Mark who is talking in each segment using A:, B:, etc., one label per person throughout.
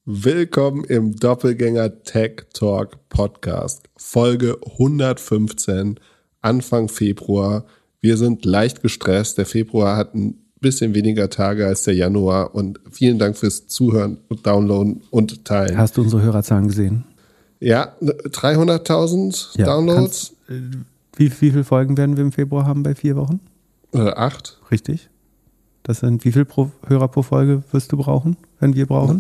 A: Willkommen im Doppelgänger Tech Talk Podcast, Folge 115, Anfang Februar. Wir sind leicht gestresst. Der Februar hat ein bisschen weniger Tage als der Januar und vielen Dank fürs Zuhören und Downloaden und Teilen.
B: Hast du unsere Hörerzahlen gesehen?
A: Ja, 300.000 Downloads.
B: Wie viele Folgen werden wir im Februar haben bei 4 Wochen?
A: 8.
B: Richtig. Das sind wie viel Hörer pro Folge wirst du brauchen, wenn wir brauchen?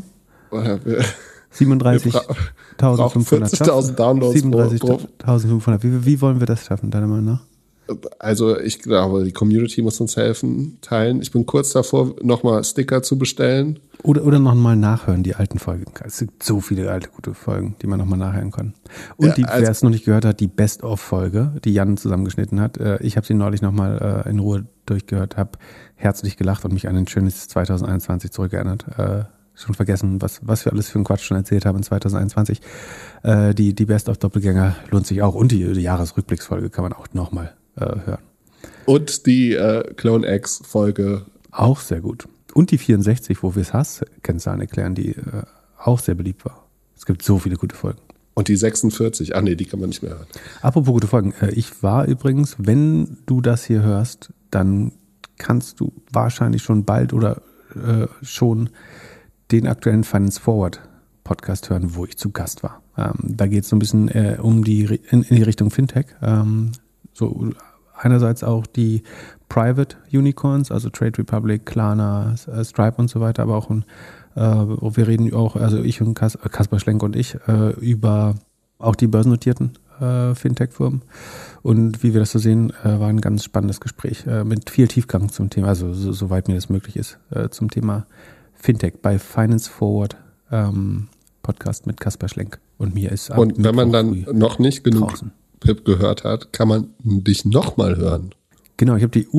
B: 37.500.
A: 40.000 Downloads.
B: 37.500. Wie wollen wir das schaffen, deiner Meinung nach?
A: Also ich glaube, die Community muss uns helfen, teilen. Ich bin kurz davor, nochmal Sticker zu bestellen.
B: Oder nochmal nachhören, die alten Folgen. Es gibt so viele alte, gute Folgen, die man nochmal nachhören kann. Und ja, wer es noch nicht gehört hat, die Best-of-Folge, die Jan zusammengeschnitten hat. Ich habe sie neulich nochmal in Ruhe durchgehört, habe herzlich gelacht und mich an ein schönes 2021 zurückerinnert. Schon vergessen, was wir alles für einen Quatsch schon erzählt haben in 2021. Die Best-of-Doppelgänger lohnt sich auch. Und die Jahresrückblicksfolge kann man auch nochmal hören.
A: Und die Clone X-Folge.
B: Auch sehr gut. Und die 64, wo wir es Hasskennzahlen erklären, die auch sehr beliebt war. Es gibt so viele gute Folgen.
A: Und die 46, die kann man nicht mehr hören.
B: Apropos gute Folgen. Ich war übrigens, wenn du das hier hörst, dann kannst du wahrscheinlich schon bald oder schon den aktuellen Finance Forward Podcast hören, wo ich zu Gast war. Da geht es so ein bisschen in die Richtung Fintech. So einerseits auch die Private Unicorns, also Trade Republic, Klarna, Stripe und so weiter, aber auch wir reden auch, also ich und Kaspar Schlenk und ich, über auch die börsennotierten Fintech-Firmen. Und wie wir das so sehen, war ein ganz spannendes Gespräch mit viel Tiefgang zum Thema, also soweit mir das möglich ist, zum Thema Fintech bei Finance Forward Podcast mit Kaspar Schlenk und mir ist.
A: Und wenn man dann noch nicht genug Pip gehört hat, kann man dich nochmal hören.
B: Genau, ich hatte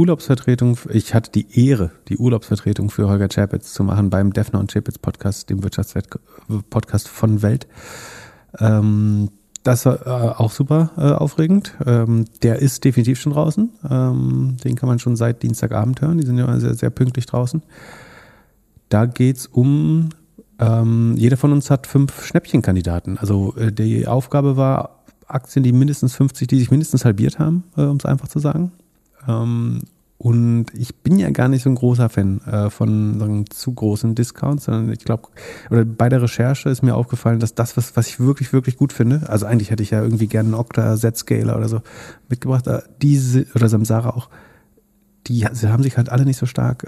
B: die Ehre, die Urlaubsvertretung für Holger Czapitz zu machen beim Defner und Czapitz Podcast, dem Wirtschaftswelt-Podcast von Welt. Das war auch super aufregend. Der ist definitiv schon draußen. Den kann man schon seit Dienstagabend hören. Die sind ja sehr, sehr pünktlich draußen. Da geht's um, jeder von uns hat 5 Schnäppchenkandidaten. Also die Aufgabe war, Aktien, die sich mindestens halbiert haben, um es einfach zu sagen. Und ich bin ja gar nicht so ein großer Fan von zu großen Discounts, sondern ich glaube, oder bei der Recherche ist mir aufgefallen, dass das, was ich wirklich, wirklich gut finde, also eigentlich hätte ich ja irgendwie gerne einen Okta, Z-Scaler oder so mitgebracht, oder Samsara auch, sie haben sich halt alle nicht so stark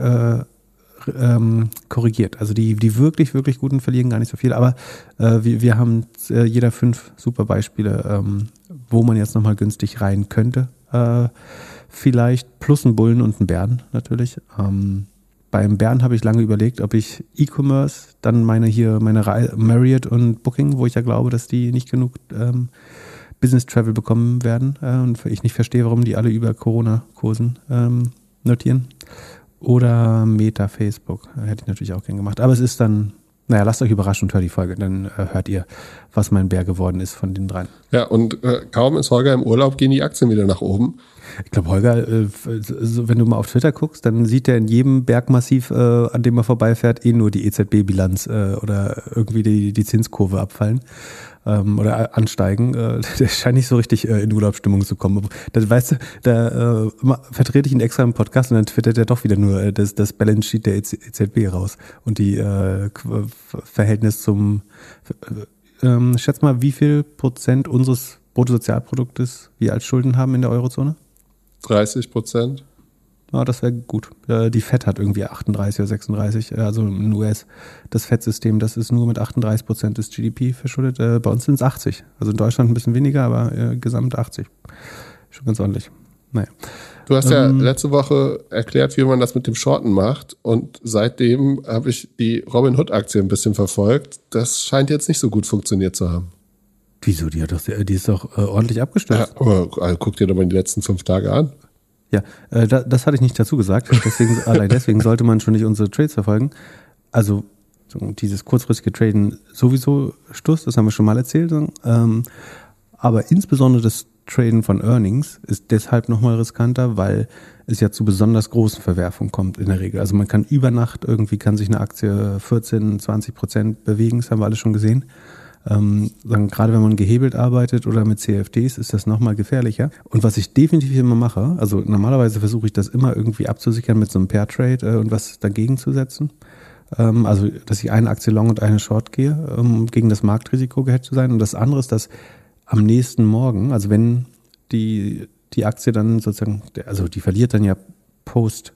B: korrigiert. Also die wirklich, wirklich guten verlieren gar nicht so viel, aber wir haben jeder 5 super Beispiele, wo man jetzt nochmal günstig rein könnte. Vielleicht plus einen Bullen und einen Bären natürlich. Beim Bären habe ich lange überlegt, ob ich E-Commerce, dann meine Marriott und Booking, wo ich ja glaube, dass die nicht genug Business Travel bekommen werden und ich nicht verstehe, warum die alle über Corona-Kursen notieren. Oder Meta, Facebook. Hätte ich natürlich auch gern gemacht. Aber es ist dann, lasst euch überraschen und hört die Folge. Dann hört ihr, was mein Bär geworden ist von den 3.
A: Ja, und kaum ist Holger im Urlaub, gehen die Aktien wieder nach oben.
B: Ich glaube, Holger, wenn du mal auf Twitter guckst, dann sieht er in jedem Bergmassiv, an dem er vorbeifährt, nur die EZB-Bilanz oder irgendwie die Zinskurve abfallen oder ansteigen. Der scheint nicht so richtig in Urlaubsstimmung zu kommen. Weißt du, da vertrete ich ihn extra im Podcast und dann twittert er doch wieder nur das Balance Sheet der EZB raus und die Verhältnis zum schätz mal, wie viel % unseres Bruttosozialproduktes wir als Schulden haben in der Eurozone?
A: 30%.
B: Ja, das wäre gut. Die FED hat irgendwie 38 oder 36, also in US. Das FED-System, das ist nur mit 38% des GDP verschuldet. Bei uns sind es 80. Also in Deutschland ein bisschen weniger, aber gesamt 80. Schon ganz ordentlich. Naja.
A: Du hast ja letzte Woche erklärt, wie man das mit dem Shorten macht und seitdem habe ich die Robinhood-Aktie ein bisschen verfolgt. Das scheint jetzt nicht so gut funktioniert zu haben.
B: Wieso? Die ist doch ordentlich abgestürzt.
A: Ja, aber guck dir doch mal die letzten 5 Tage an.
B: Ja, das hatte ich nicht dazu gesagt. Deswegen sollte man schon nicht unsere Trades verfolgen. Also dieses kurzfristige Traden sowieso Stuss, das haben wir schon mal erzählt. Aber insbesondere das Nachtraden von Earnings ist deshalb nochmal riskanter, weil es ja zu besonders großen Verwerfungen kommt in der Regel. Also man kann über Nacht kann sich eine Aktie 14-20% bewegen, das haben wir alle schon gesehen. Gerade wenn man gehebelt arbeitet oder mit CFDs, ist das nochmal gefährlicher. Und was ich definitiv immer mache, also normalerweise versuche ich das immer irgendwie abzusichern mit so einem Pair-Trade und was dagegen zu setzen. Also, dass ich eine Aktie long und eine short gehe, gegen das Marktrisiko gehedged zu sein. Und das andere ist, dass am nächsten Morgen, also wenn die Aktie dann sozusagen, also die verliert dann ja post,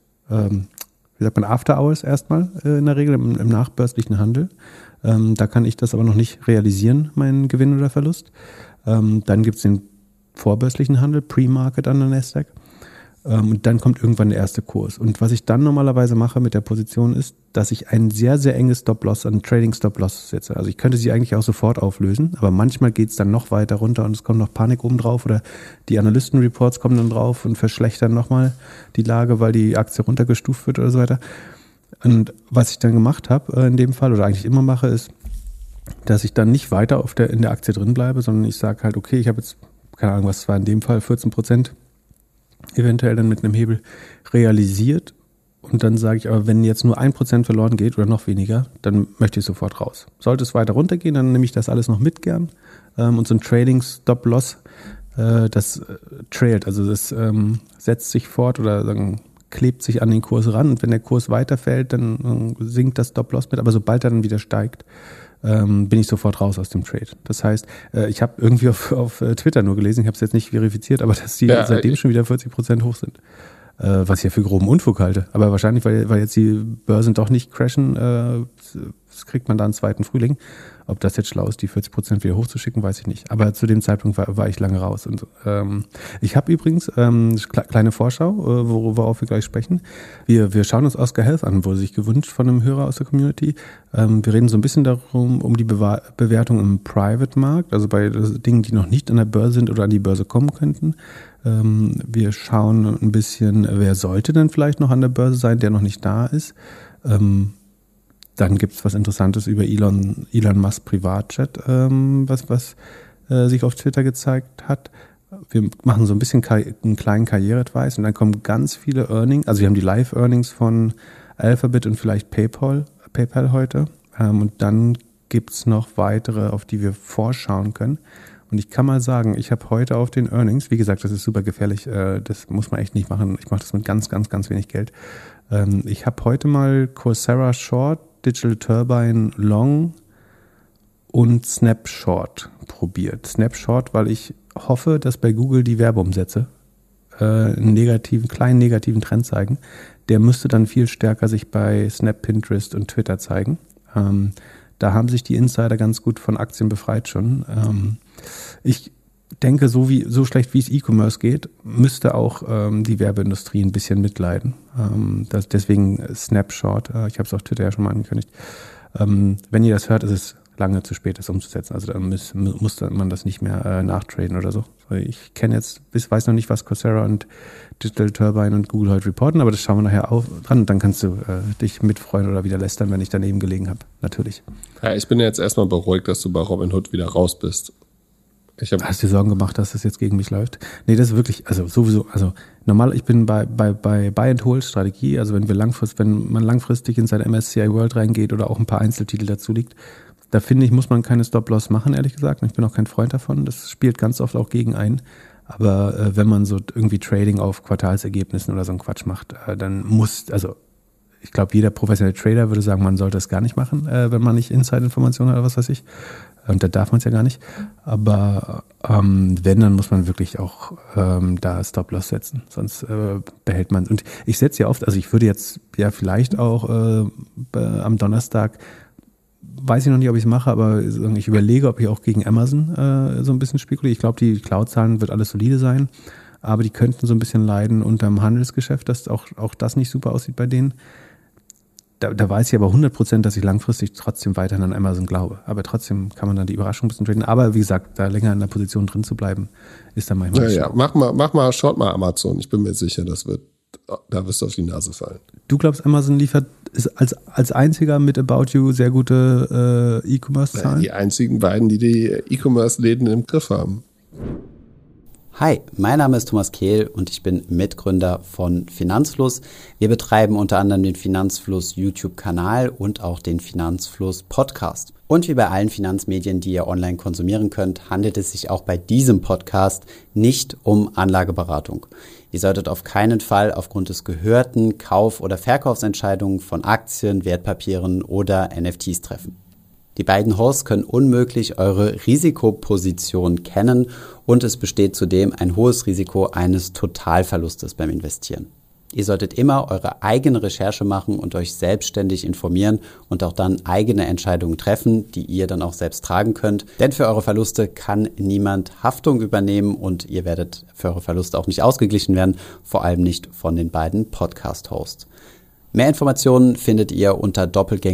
B: After Hours erstmal in der Regel im nachbörslichen Handel. Da kann ich das aber noch nicht realisieren, meinen Gewinn oder Verlust. Dann gibt es den vorbörslichen Handel, Pre-Market an der Nasdaq. Und dann kommt irgendwann der erste Kurs. Und was ich dann normalerweise mache mit der Position ist, dass ich ein sehr, sehr enges Stop-Loss, einen Trading-Stop-Loss setze. Also ich könnte sie eigentlich auch sofort auflösen, aber manchmal geht es dann noch weiter runter und es kommt noch Panik oben drauf oder die Analysten-Reports kommen dann drauf und verschlechtern nochmal die Lage, weil die Aktie runtergestuft wird oder so weiter. Und was ich dann gemacht habe in dem Fall oder eigentlich immer mache, ist, dass ich dann nicht weiter in der Aktie drin bleibe, sondern ich sage halt, okay, ich habe jetzt, keine Ahnung, was war in dem Fall, 14% eventuell dann mit einem Hebel realisiert. Und dann sage ich, aber wenn jetzt nur 1% verloren geht oder noch weniger, dann möchte ich sofort raus. Sollte es weiter runtergehen, dann nehme ich das alles noch mit gern. Und so ein Trading-Stop-Loss, das trailt, also das setzt sich fort oder klebt sich an den Kurs ran. Und wenn der Kurs weiterfällt, dann sinkt das Stop-Loss mit. Aber sobald er dann wieder steigt, bin ich sofort raus aus dem Trade. Das heißt, ich habe irgendwie auf Twitter nur gelesen, ich habe es jetzt nicht verifiziert, aber dass die seitdem schon wieder 40% hoch sind. Was ich ja für groben Unfug halte. Aber wahrscheinlich, weil jetzt die Börsen doch nicht crashen, das kriegt man da einen zweiten Frühling. Ob das jetzt schlau ist, die 40% wieder hochzuschicken, weiß ich nicht. Aber zu dem Zeitpunkt war ich lange raus. Und ich habe übrigens kleine Vorschau, worauf wir gleich sprechen. Wir schauen uns Oscar Health an, wurde sich gewünscht von einem Hörer aus der Community. Wir reden so ein bisschen darum, um die Bewertung im Private-Markt, also bei Dingen, die noch nicht an der Börse sind oder an die Börse kommen könnten. Wir schauen ein bisschen, wer sollte denn vielleicht noch an der Börse sein, der noch nicht da ist. Dann gibt es was Interessantes über Elon Musk Privatjet, was sich auf Twitter gezeigt hat. Wir machen so ein bisschen einen kleinen Karriere-Advice und dann kommen ganz viele Earnings. Also wir haben die Live-Earnings von Alphabet und vielleicht PayPal heute. Und dann gibt es noch weitere, auf die wir vorschauen können. Und ich kann mal sagen, ich habe heute auf den Earnings, wie gesagt, das ist super gefährlich, das muss man echt nicht machen. Ich mache das mit ganz, ganz, ganz wenig Geld. Ich habe heute mal Coursera Short, Digital Turbine Long und Snapshot probiert. Snapshot, weil ich hoffe, dass bei Google die Werbeumsätze einen kleinen negativen Trend zeigen. Der müsste dann viel stärker sich bei Snap, Pinterest und Twitter zeigen. Da haben sich die Insider ganz gut von Aktien befreit schon. Ich denke, so schlecht wie es E-Commerce geht, müsste auch die Werbeindustrie ein bisschen mitleiden. Deswegen Snapshot, ich habe es auf Twitter ja schon mal angekündigt. Wenn ihr das hört, ist es lange zu spät, das umzusetzen. Also dann muss man das nicht mehr nachtraden oder so. Ich weiß noch nicht, was Coursera und Digital Turbine und Google heute reporten, aber das schauen wir nachher auch dran und dann kannst du dich mitfreuen oder wieder lästern, wenn ich daneben gelegen habe. Natürlich.
A: Ja, ich bin jetzt erstmal beruhigt, dass du bei Robinhood wieder raus bist.
B: Hast du dir Sorgen gemacht, dass das jetzt gegen mich läuft? Nee, das ist wirklich, also sowieso, also normal, ich bin bei Buy-and-Hold-Strategie, also wenn man langfristig in sein MSCI World reingeht oder auch ein paar Einzeltitel dazu liegt, da finde ich, muss man keine Stop-Loss machen, ehrlich gesagt. Und ich bin auch kein Freund davon. Das spielt ganz oft auch gegen ein. Aber wenn man so irgendwie Trading auf Quartalsergebnissen oder so einen Quatsch macht, dann ich glaube, jeder professionelle Trader würde sagen, man sollte das gar nicht machen, wenn man nicht Inside-Informationen hat oder was weiß ich. Und da darf man es ja gar nicht. Aber wenn, dann muss man wirklich auch da Stop-Loss setzen. Sonst behält man. Und ich setze ja oft, also ich würde jetzt ja vielleicht auch am Donnerstag, weiß ich noch nicht, ob ich es mache, aber ich überlege, ob ich auch gegen Amazon so ein bisschen spekuliere. Ich glaube, die Cloud-Zahlen wird alles solide sein, aber die könnten so ein bisschen leiden unterm Handelsgeschäft, dass auch das nicht super aussieht bei denen. Da weiß ich aber 100%, dass ich langfristig trotzdem weiterhin an Amazon glaube. Aber trotzdem kann man dann die Überraschung ein bisschen traden. Aber wie gesagt, da länger in der Position drin zu bleiben, ist dann manchmal
A: ja, schaut mal Amazon. Ich bin mir sicher, da wirst du auf die Nase fallen.
B: Du glaubst, Amazon liefert als einziger mit About You sehr gute E-Commerce-Zahlen?
A: Die einzigen beiden, die E-Commerce-Läden im Griff haben.
C: Hi, mein Name ist Thomas Kehl und ich bin Mitgründer von Finanzfluss. Wir betreiben unter anderem den Finanzfluss YouTube-Kanal und auch den Finanzfluss Podcast. Und wie bei allen Finanzmedien, die ihr online konsumieren könnt, handelt es sich auch bei diesem Podcast nicht um Anlageberatung. Ihr solltet auf keinen Fall aufgrund des gehörten Kauf- oder Verkaufsentscheidungen von Aktien, Wertpapieren oder NFTs treffen. Die beiden Hosts können unmöglich eure Risikoposition kennen und es besteht zudem ein hohes Risiko eines Totalverlustes beim Investieren. Ihr solltet immer eure eigene Recherche machen und euch selbstständig informieren und auch dann eigene Entscheidungen treffen, die ihr dann auch selbst tragen könnt. Denn für eure Verluste kann niemand Haftung übernehmen und ihr werdet für eure Verluste auch nicht ausgeglichen werden, vor allem nicht von den beiden Podcast-Hosts. Mehr Informationen findet ihr unter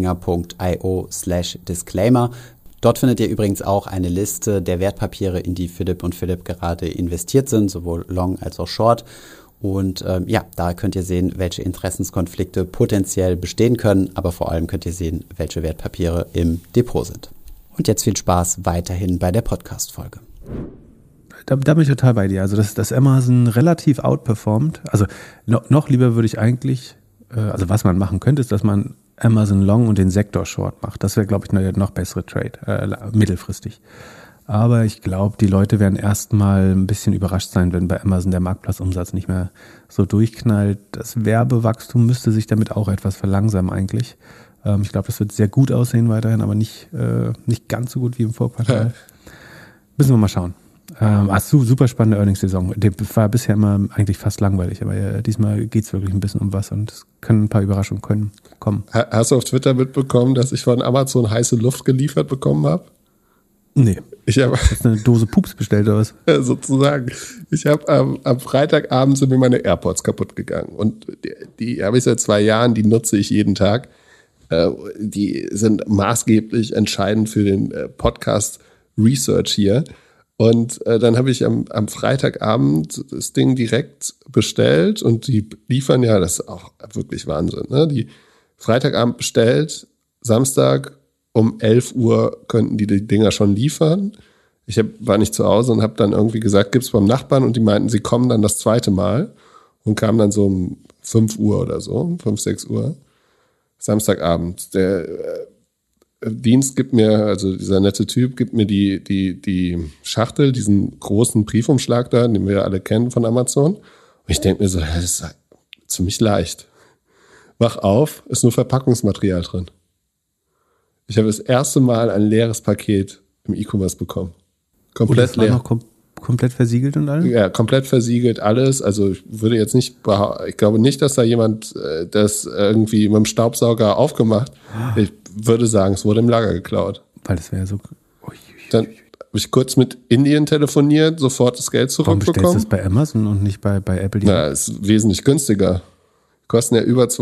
C: doppelgänger.io/disclaimer. Dort findet ihr übrigens auch eine Liste der Wertpapiere, in die Philipp und Philipp gerade investiert sind, sowohl Long als auch Short. Und da könnt ihr sehen, welche Interessenskonflikte potenziell bestehen können, aber vor allem könnt ihr sehen, welche Wertpapiere im Depot sind. Und jetzt viel Spaß weiterhin bei der Podcast-Folge.
B: Da bin ich total bei dir. Also, dass Amazon relativ outperformt. Also, noch lieber würde ich eigentlich... Also was man machen könnte, ist, dass man Amazon Long und den Sektor Short macht. Das wäre, glaube ich, eine noch bessere Trade, mittelfristig. Aber ich glaube, die Leute werden erstmal ein bisschen überrascht sein, wenn bei Amazon der Marktplatzumsatz nicht mehr so durchknallt. Das Werbewachstum müsste sich damit auch etwas verlangsamen eigentlich. Ich glaube, das wird sehr gut aussehen weiterhin, aber nicht ganz so gut wie im Vorquartal. Müssen wir mal schauen. Super spannende Earnings-Saison. Die war bisher immer eigentlich fast langweilig, aber diesmal geht es wirklich ein bisschen um was und es können ein paar Überraschungen kommen.
A: Hast du auf Twitter mitbekommen, dass ich von Amazon heiße Luft geliefert bekommen habe?
B: Nee. Hast du eine Dose Pups bestellt oder was?
A: Ja, sozusagen. Ich habe am Freitagabend sind mir meine AirPods kaputt gegangen und die habe ich seit 2 Jahren, die nutze ich jeden Tag. Die sind maßgeblich entscheidend für den Podcast Research hier. Und dann habe ich am Freitagabend das Ding direkt bestellt und die liefern ja, das ist auch wirklich Wahnsinn, ne? Die Freitagabend bestellt, Samstag um 11 Uhr könnten die Dinger schon liefern. Ich war nicht zu Hause und habe dann irgendwie gesagt, gibt's beim Nachbarn und die meinten, sie kommen dann das zweite Mal und kamen dann so um 5 Uhr oder so, 5, 6 Uhr, Samstagabend. Der Dienst gibt mir, also dieser nette Typ, gibt mir die Schachtel, diesen großen Briefumschlag da, den wir alle kennen von Amazon. Und ich denke mir so, das ist ziemlich leicht. Mach auf, ist nur Verpackungsmaterial drin. Ich habe das erste Mal ein leeres Paket im E-Commerce bekommen. Komplett leer.
B: Noch komplett versiegelt und alles?
A: Ja, komplett versiegelt, alles. Also ich würde jetzt nicht, ich glaube nicht, dass da jemand das irgendwie mit dem Staubsauger aufgemacht. Ich würde sagen, es wurde im Lager geklaut.
B: Weil das wäre so...
A: Dann habe ich kurz mit Indien telefoniert, sofort das Geld zurückbekommen.
B: Warum bestellst du das bei Amazon und nicht bei Apple?
A: Na, ist wesentlich günstiger. Kosten ja über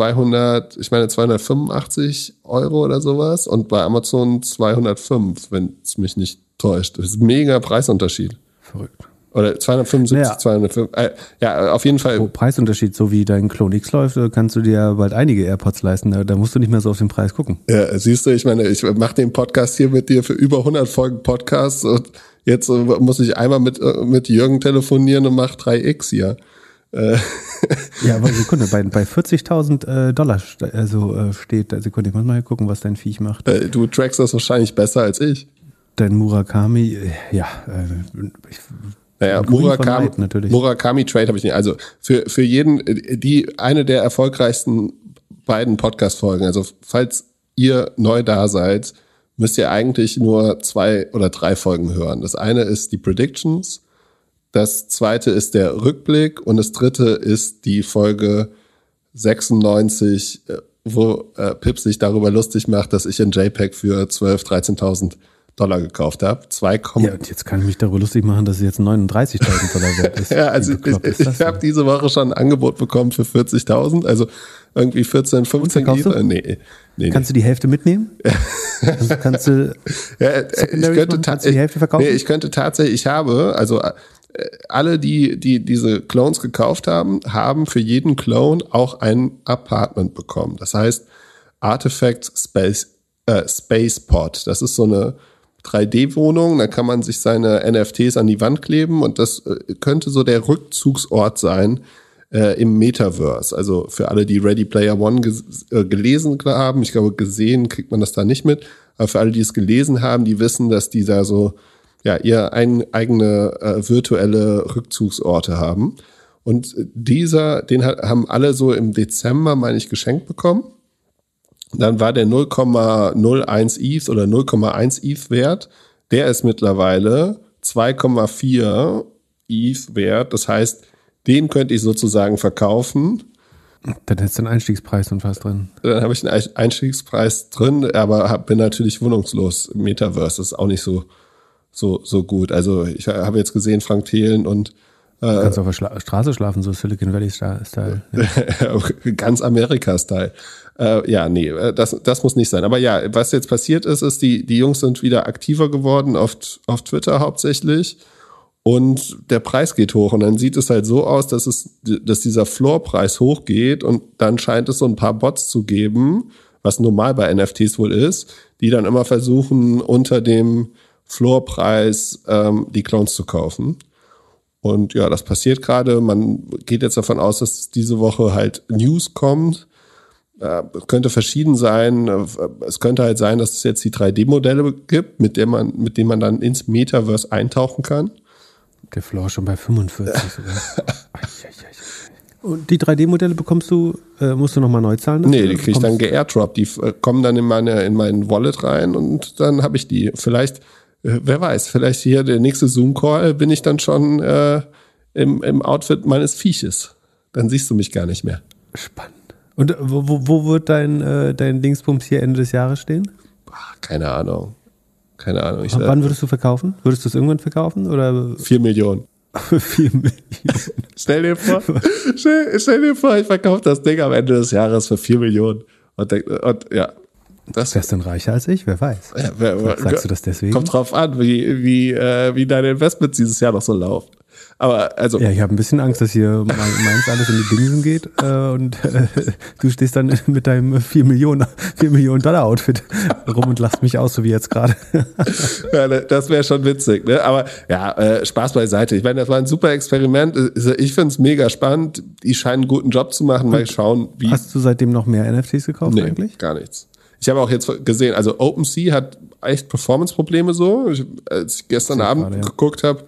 A: 285 Euro oder sowas und bei Amazon 205, wenn es mich nicht täuscht. Das ist ein mega Preisunterschied.
B: Verrückt.
A: Oder 275, 205. Ja, auf jeden Fall.
B: Preisunterschied, so wie dein Clone X läuft, kannst du dir bald einige AirPods leisten. Da musst du nicht mehr so auf den Preis gucken.
A: Ja, siehst du, ich meine, ich mache den Podcast hier mit dir für über 100 Folgen Podcasts und jetzt muss ich einmal mit Jürgen telefonieren und mach 3X hier.
B: Ja, aber Sekunde, bei 40.000 Dollar steht, Sekunde, ich muss mal gucken, was dein Viech macht.
A: Du trackst das wahrscheinlich besser als ich.
B: Dein Murakami,
A: Murakami Trade habe ich nicht. Also für jeden, eine der erfolgreichsten beiden Podcast-Folgen, also falls ihr neu da seid, müsst ihr eigentlich nur 2 oder 3 Folgen hören. Das eine ist die Predictions, das zweite ist der Rückblick und das dritte ist die Folge 96, wo Pip sich darüber lustig macht, dass ich ein JPEG für 12.000, 13.000 Dollar gekauft habe.
B: Ja, und jetzt kann ich mich darüber lustig machen, dass es jetzt 39.000 Dollar wert ist.
A: Ja, also ich habe diese Woche schon ein Angebot bekommen für 40.000, also irgendwie 14, 15 Ether. Nee.
B: Kannst du die Hälfte mitnehmen? Also kannst du
A: die
B: Hälfte verkaufen?
A: Nee, ich könnte tatsächlich, ich habe, also alle, die diese Clones gekauft haben für jeden Clone auch ein Apartment bekommen. Das heißt Artifact Spaceport. Das ist so eine 3D-Wohnung, da kann man sich seine NFTs an die Wand kleben und das könnte so der Rückzugsort sein im Metaverse. Also für alle, die Ready Player One gelesen haben, ich glaube, gesehen kriegt man das da nicht mit, aber für alle, die es gelesen haben, die wissen, dass die da so ihr eigene virtuelle Rückzugsorte haben. Und den haben alle so im Dezember, meine ich, geschenkt bekommen. Dann war der 0,01 ETH oder 0,1 ETH wert. Der ist mittlerweile 2,4 ETH wert. Das heißt, den könnte ich sozusagen verkaufen.
B: Dann hättest du einen Einstiegspreis und was drin.
A: Dann habe ich einen Einstiegspreis drin, aber bin natürlich wohnungslos. Metaverse ist auch nicht so gut. Also ich habe jetzt gesehen, Frank Thelen und
B: du kannst auf der Straße schlafen, so Silicon Valley Style. Ja.
A: Ganz Amerika-Style. Das muss nicht sein. Aber ja, was jetzt passiert ist, die Jungs sind wieder aktiver geworden auf Twitter hauptsächlich. Und der Preis geht hoch und dann sieht es halt so aus, dass dieser Floorpreis hochgeht und dann scheint es so ein paar Bots zu geben, was normal bei NFTs wohl ist, die dann immer versuchen, unter dem Floorpreis die Clones zu kaufen. Und ja, das passiert gerade. Man geht jetzt davon aus, dass diese Woche halt News kommt. Könnte verschieden sein. Es könnte halt sein, dass es jetzt die 3D-Modelle gibt, mit denen man dann ins Metaverse eintauchen kann.
B: Der Floor schon bei 45 sogar. Und die 3D-Modelle bekommst du, musst du nochmal neu zahlen?
A: Nee, die krieg ich dann geairdroppt. Die kommen dann in mein Wallet rein und dann habe ich die. Vielleicht, wer weiß, vielleicht hier der nächste Zoom-Call bin ich dann schon im Outfit meines Vieches. Dann siehst du mich gar nicht mehr.
B: Spannend. Und wo wird dein Dingsbums hier Ende des Jahres stehen?
A: Keine Ahnung.
B: Wann würdest du verkaufen? Würdest du es irgendwann verkaufen? Oder?
A: 4 Millionen.
B: 4 Millionen.
A: Stell dir vor, ich verkaufe das Ding am Ende des Jahres für 4 Millionen. Und ja.
B: Wärst du denn reicher als ich? Wer weiß.
A: Ja,
B: sagst du das deswegen?
A: Kommt drauf an, wie deine Investments dieses Jahr noch so laufen. Aber also.
B: Ja, ich habe ein bisschen Angst, dass hier meins alles in die Dingsen geht und du stehst dann mit deinem 4 Millionen Dollar Outfit rum und lachst mich aus, so wie jetzt gerade.
A: Ja, das wäre schon witzig, ne? Aber ja, Spaß beiseite. Ich meine, das war ein super Experiment. Ich finde es mega spannend. Die scheinen einen guten Job zu machen. Mal schauen, wie.
B: Hast du seitdem noch mehr NFTs gekauft eigentlich?
A: Gar nichts. Ich habe auch jetzt gesehen, also OpenSea hat echt Performance-Probleme so. Als ich gestern Abend geguckt habe,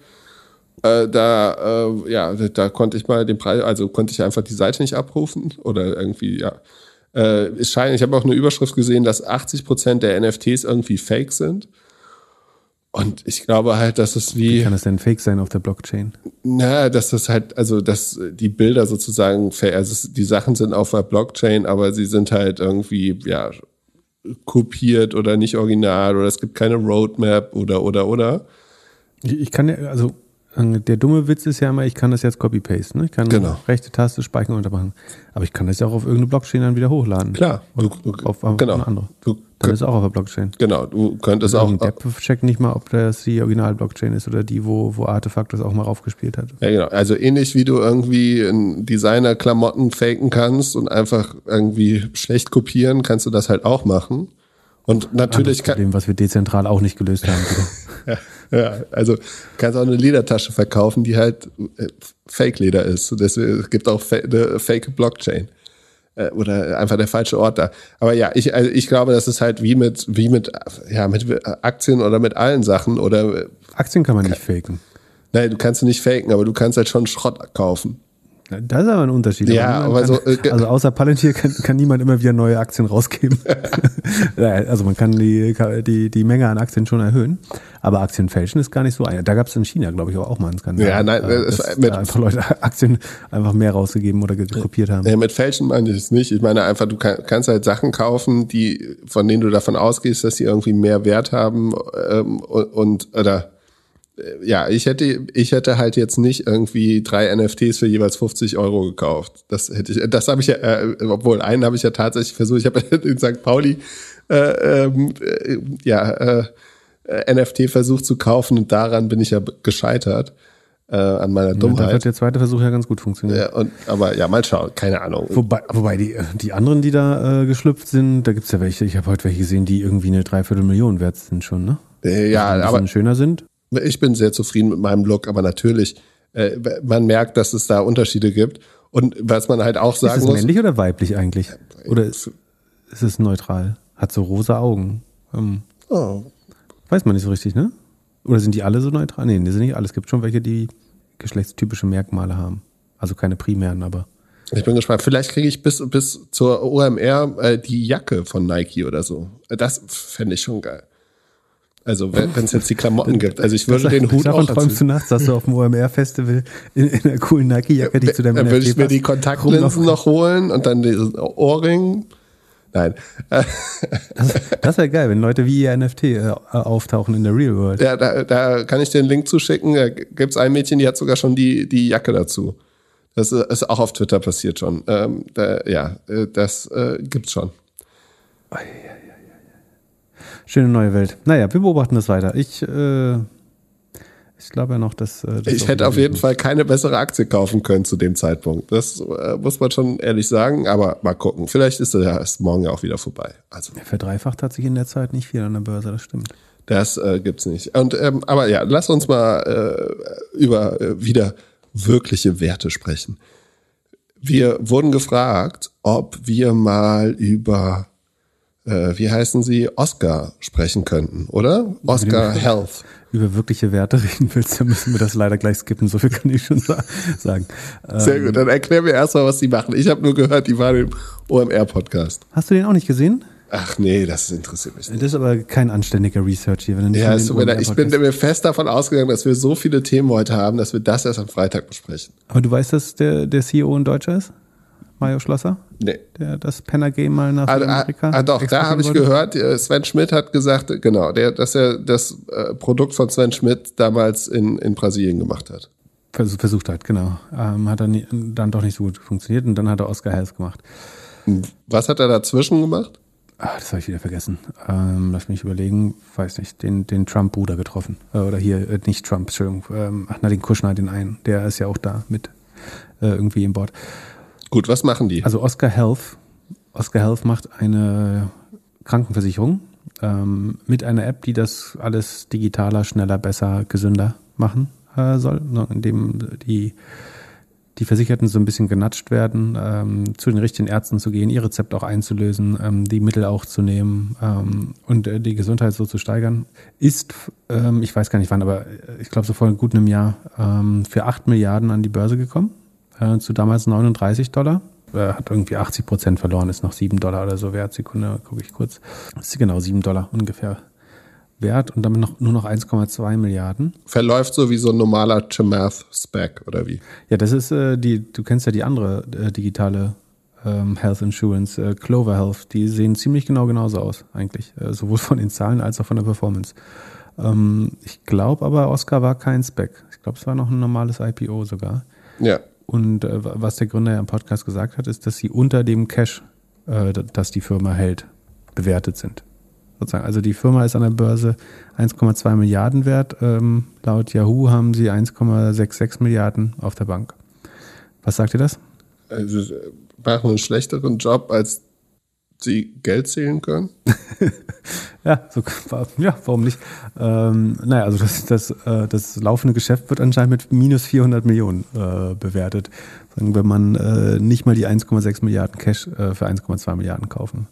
A: da konnte ich mal den Preis, also konnte ich einfach die Seite nicht abrufen oder irgendwie, ja. Ich habe auch eine Überschrift gesehen, dass 80% der NFTs irgendwie fake sind. Und ich glaube halt, dass es
B: wie kann das denn fake sein auf der Blockchain?
A: Na, dass das halt, also dass die Bilder sozusagen, also die Sachen sind auf der Blockchain, aber sie sind halt irgendwie, ja, kopiert oder nicht original oder es gibt keine Roadmap oder.
B: Ich kann ja, also der dumme Witz ist ja immer, ich kann das jetzt copy-paste, ne? Ich kann rechte Taste speichern und untermachen. Aber ich kann das ja auch auf irgendeine Blockchain dann wieder hochladen.
A: Klar.
B: Auf eine andere. Dann ist es auch auf der Blockchain.
A: Genau, du könntest auch.
B: Der checkt nicht mal, ob das die Original-Blockchain ist oder die, wo Artefakt das auch mal raufgespielt hat.
A: Ja, genau. Also ähnlich wie du irgendwie in Designer-Klamotten faken kannst und einfach irgendwie schlecht kopieren, kannst du das halt auch machen. Und natürlich
B: das Problem, was wir dezentral auch nicht gelöst haben.
A: Ja, also kannst auch eine Ledertasche verkaufen, die halt Fake-Leder ist. Deswegen gibt es auch eine Fake-Blockchain. Oder einfach der falsche Ort da. Aber ja, ich glaube, das ist halt wie mit Aktien oder mit allen Sachen. Oder
B: Aktien kann man nicht faken.
A: Nein, du kannst nicht faken, aber du kannst halt schon Schrott kaufen.
B: Das ist aber ein Unterschied.
A: Ja, aber
B: also außer Palantir kann niemand immer wieder neue Aktien rausgeben. Also man kann die Menge an Aktien schon erhöhen, aber Aktien fälschen ist gar nicht so einfach. Da gab es in China, glaube ich, auch mal einen Skandal.
A: Ja, nein,
B: da einfach Leute Aktien einfach mehr rausgegeben oder kopiert haben.
A: Ja, mit Fälschen meine ich es nicht. Ich meine einfach, du kannst halt Sachen kaufen, von denen du davon ausgehst, dass sie irgendwie mehr Wert haben ja, ich hätte halt jetzt nicht irgendwie 3 NFTs für jeweils 50 Euro gekauft. Das habe ich ja, obwohl einen habe ich ja tatsächlich versucht. Ich habe in St. Pauli NFT versucht zu kaufen und daran bin ich ja gescheitert an meiner Dummheit.
B: Da wird der zweite Versuch ja ganz gut funktionieren.
A: Ja, aber ja, mal schauen, keine Ahnung.
B: Wobei die anderen, die da geschlüpft sind, da gibt's ja welche, ich habe heute welche gesehen, die irgendwie eine 250.000 wert sind schon, ne?
A: Ja,
B: die ein bisschen schöner sind.
A: Ich bin sehr zufrieden mit meinem Look, aber natürlich, man merkt, dass es da Unterschiede gibt. Und was man halt auch sagen
B: muss. Ist
A: es
B: männlich oder weiblich eigentlich? Oder ist es neutral? Hat so rosa Augen. Weiß man nicht so richtig, ne? Oder sind die alle so neutral? Nee, die sind nicht alle. Es gibt schon welche, die geschlechtstypische Merkmale haben. Also keine primären, aber.
A: Ich bin gespannt. Vielleicht kriege ich bis zur OMR die Jacke von Nike oder so. Das fände ich schon geil. Also wenn es jetzt die Klamotten gibt. Also ich würde den Hut
B: davon
A: auch
B: träumst du nachts, dass du auf dem OMR-Festival in einer coolen Nike-Jacke, die zu deinem
A: Dann
B: NFT
A: würde ich mir
B: passt,
A: die Kontaktlinsen noch holen und dann diesen Ohrring. Nein.
B: Das wäre geil, wenn Leute wie ihr NFT auftauchen in der Real World.
A: Ja, da kann ich dir einen Link zuschicken. Da gibt es ein Mädchen, die hat sogar schon die Jacke dazu. Das ist auch auf Twitter passiert schon. Das gibt's schon.
B: Schöne neue Welt. Naja, wir beobachten das weiter. Ich glaube ja noch, dass
A: ich hätte auf jeden Fall keine bessere Aktie kaufen können zu dem Zeitpunkt. Das muss man schon ehrlich sagen, aber mal gucken. Vielleicht ist das ja erst morgen ja auch wieder vorbei. Also
B: verdreifacht hat sich in der Zeit nicht viel an der Börse, das stimmt.
A: Das gibt's nicht. Und aber ja, lass uns mal über wieder wirkliche Werte sprechen. Wir wurden gefragt, ob wir mal über wie heißen sie, Oscar sprechen könnten, oder? Oscar Health.
B: Über wirkliche Werte reden willst, dann müssen wir das leider gleich skippen, so viel kann ich schon sagen.
A: Sehr gut, dann erklär mir erstmal, was die machen. Ich habe nur gehört, die waren im OMR-Podcast.
B: Hast du den auch nicht gesehen?
A: Ach nee, das interessiert mich nicht.
B: Das ist aber kein anständiger Research hier. Wenn du nicht
A: ich bin mir fest davon ausgegangen, dass wir so viele Themen heute haben, dass wir das erst am Freitag besprechen.
B: Aber du weißt, dass der CEO ein Deutscher ist? Mario Schlosser?
A: Nee.
B: Der das Penner-Game mal nach Amerika
A: doch, da habe ich gehört, Sven Schmidt hat gesagt, genau, dass er das Produkt von Sven Schmidt damals in Brasilien gemacht hat.
B: Versucht hat, genau. Hat dann doch nicht so gut funktioniert und dann hat er Oscar Health gemacht.
A: Was hat er dazwischen gemacht?
B: Das habe ich wieder vergessen. Lass mich überlegen, weiß nicht, den Trump-Bruder getroffen. Oder hier, nicht Trump, Entschuldigung. Den Kushner, den einen. Der ist ja auch da mit irgendwie im Board.
A: Gut, was machen die?
B: Also Oscar Health macht eine Krankenversicherung mit einer App, die das alles digitaler, schneller, besser, gesünder machen soll, indem die Versicherten so ein bisschen genatscht werden, zu den richtigen Ärzten zu gehen, ihr Rezept auch einzulösen, die Mittel auch zu nehmen und die Gesundheit so zu steigern, ist, ich weiß gar nicht wann, aber ich glaube so vor gut einem Jahr, für 8 Milliarden an die Börse gekommen, zu damals $39. Hat irgendwie 80% verloren, ist noch $7 oder so wert. Sekunde, gucke ich kurz. Das ist genau $7 ungefähr wert und damit nur noch 1,2 Milliarden.
A: Verläuft so wie so ein normaler Chamath-Spec oder wie?
B: Ja, das ist du kennst ja die andere digitale Health Insurance, Clover Health, die sehen ziemlich genauso aus eigentlich, sowohl von den Zahlen als auch von der Performance. Ich glaube aber, Oscar war kein Spec. Ich glaube, es war noch ein normales IPO sogar.
A: Ja.
B: Und was der Gründer ja im Podcast gesagt hat, ist, dass sie unter dem Cash, das die Firma hält, bewertet sind. Sozusagen. Also die Firma ist an der Börse 1,2 Milliarden wert. Laut Yahoo haben sie 1,66 Milliarden auf der Bank. Was sagt ihr das?
A: Also machen einen schlechteren Job, als sie Geld zählen können?
B: Ja, warum nicht? Also das laufende Geschäft wird anscheinend mit minus 400 Millionen bewertet. Wenn man nicht mal die 1,6 Milliarden Cash für 1,2 Milliarden kaufen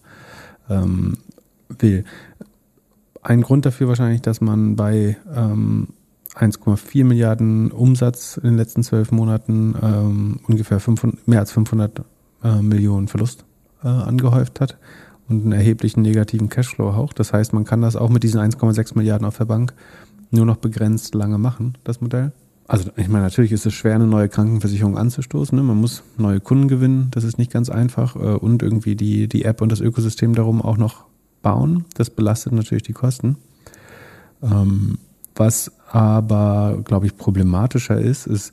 B: will. Ein Grund dafür wahrscheinlich, dass man bei 1,4 Milliarden Umsatz in den letzten 12 Monaten ungefähr mehr als 500 Millionen Verlust angehäuft hat und einen erheblichen negativen Cashflow auch. Das heißt, man kann das auch mit diesen 1,6 Milliarden auf der Bank nur noch begrenzt lange machen, das Modell. Also ich meine, natürlich ist es schwer, eine neue Krankenversicherung anzustoßen. Ne? Man muss neue Kunden gewinnen, das ist nicht ganz einfach. Und irgendwie die App und das Ökosystem darum auch noch bauen. Das belastet natürlich die Kosten. Was aber, glaube ich, problematischer ist, es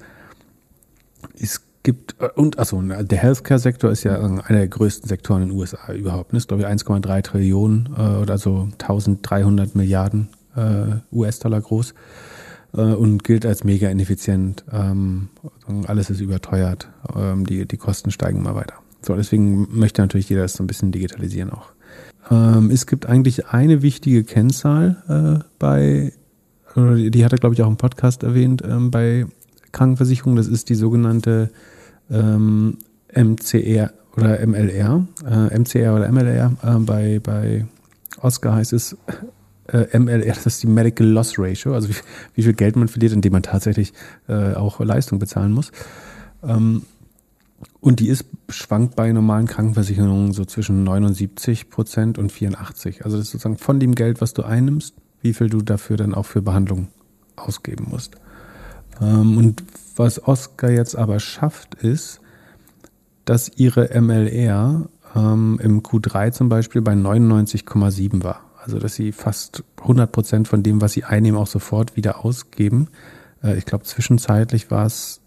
B: gibt, der Healthcare-Sektor ist ja einer der größten Sektoren in den USA überhaupt. Das ist, glaube ich, 1,3 Trillionen oder so 1300 Milliarden US-Dollar groß und gilt als mega ineffizient. Alles ist überteuert. Die Kosten steigen immer weiter. So, deswegen möchte natürlich jeder das so ein bisschen digitalisieren auch. Es gibt eigentlich eine wichtige Kennzahl die hat er, glaube ich, auch im Podcast erwähnt, bei Krankenversicherungen. Das ist die sogenannte MCR oder MLR. MCR oder MLR. Bei Oscar heißt es MLR, das ist die Medical Loss Ratio, also wie viel Geld man verliert, indem man tatsächlich auch Leistung bezahlen muss. Und die schwankt bei normalen Krankenversicherungen so zwischen 79% und 84%. Also das ist sozusagen von dem Geld, was du einnimmst, wie viel du dafür dann auch für Behandlung ausgeben musst. Und was Oscar jetzt aber schafft, ist, dass ihre MLR im Q3 zum Beispiel bei 99,7 war. Also dass sie fast 100% von dem, was sie einnehmen, auch sofort wieder ausgeben. Ich glaube, zwischenzeitlich war es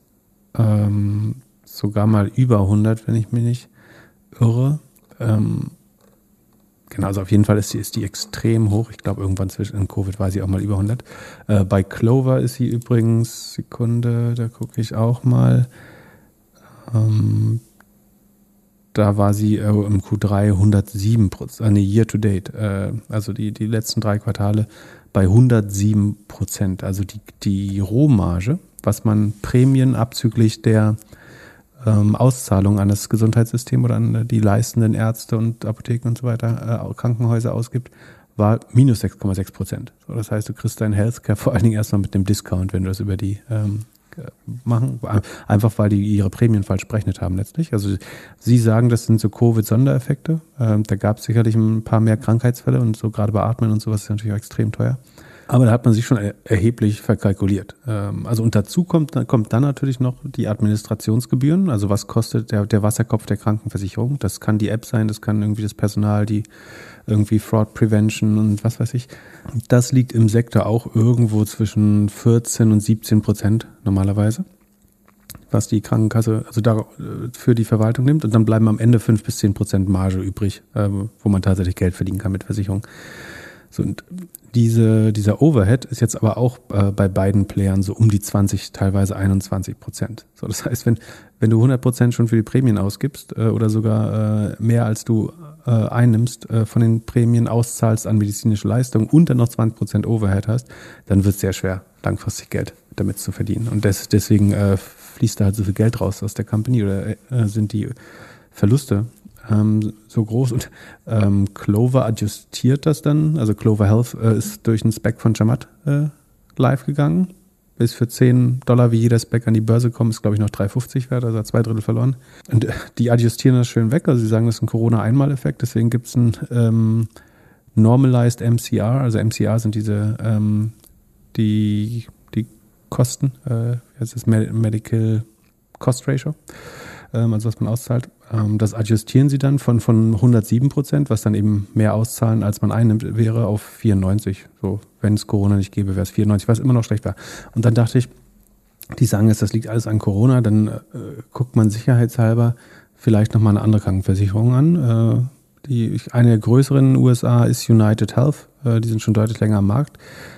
B: sogar mal über 100, wenn ich mich nicht irre. Genau, also auf jeden Fall ist die extrem hoch. Ich glaube, irgendwann in Covid war sie auch mal über 100. Bei Clover ist sie übrigens, Sekunde, da gucke ich auch mal. Da war sie im Q3 107%, year to date, also die letzten 3 Quartale bei 107%. Also die Rohmarge, was man Prämien abzüglich der Auszahlung an das Gesundheitssystem oder an die leistenden Ärzte und Apotheken und so weiter, Krankenhäuser ausgibt, war minus 6,6%. So, das heißt, du kriegst dein Healthcare vor allen Dingen erstmal mit dem Discount, wenn du das über die machen, einfach weil die ihre Prämien falsch berechnet haben letztlich. Also sie sagen, das sind so Covid-Sondereffekte. Da gab es sicherlich ein paar mehr Krankheitsfälle und so gerade bei Atmen und sowas ist natürlich auch extrem teuer. Aber da hat man sich schon erheblich verkalkuliert. Also und dazu kommt dann natürlich noch die Administrationsgebühren. Also was kostet der Wasserkopf der Krankenversicherung? Das kann die App sein, das kann irgendwie das Personal, die irgendwie Fraud Prevention und was weiß ich. Das liegt im Sektor auch irgendwo zwischen 14 und 17% normalerweise, was die Krankenkasse also da für die Verwaltung nimmt. Und dann bleiben am Ende 5 bis 10% Marge übrig, wo man tatsächlich Geld verdienen kann mit Versicherung. So, und dieser Overhead ist jetzt aber auch bei beiden Playern so um die 20, teilweise 21%. So, das heißt, wenn du 100% schon für die Prämien ausgibst oder sogar mehr als du einnimmst, von den Prämien auszahlst an medizinische Leistungen und dann noch 20% Overhead hast, dann wird es sehr schwer, langfristig Geld damit zu verdienen. Und deswegen fließt da halt so viel Geld raus aus der Company oder sind die Verluste so groß und Clover adjustiert das dann, also Clover Health ist durch einen Spec von Chamath live gegangen, ist für $10, wie jeder Spec an die Börse kommt, ist glaube ich noch 3,50 wert, also hat 2/3 verloren. Und die adjustieren das schön weg, also sie sagen, das ist ein Corona-Einmaleffekt, deswegen gibt es ein Normalized MCR, also MCR sind diese die Kosten, jetzt ist Medical Cost Ratio, also was man auszahlt. Das adjustieren sie dann von 107%, was dann eben mehr auszahlen, als man einnimmt, wäre auf 94. So, wenn es Corona nicht gäbe, wäre es 94, was immer noch schlecht war. Und dann dachte ich, die sagen jetzt, das liegt alles an Corona, dann guckt man sicherheitshalber vielleicht nochmal eine andere Krankenversicherung an. Eine der größeren in den USA ist United Health, die sind schon deutlich länger am Markt.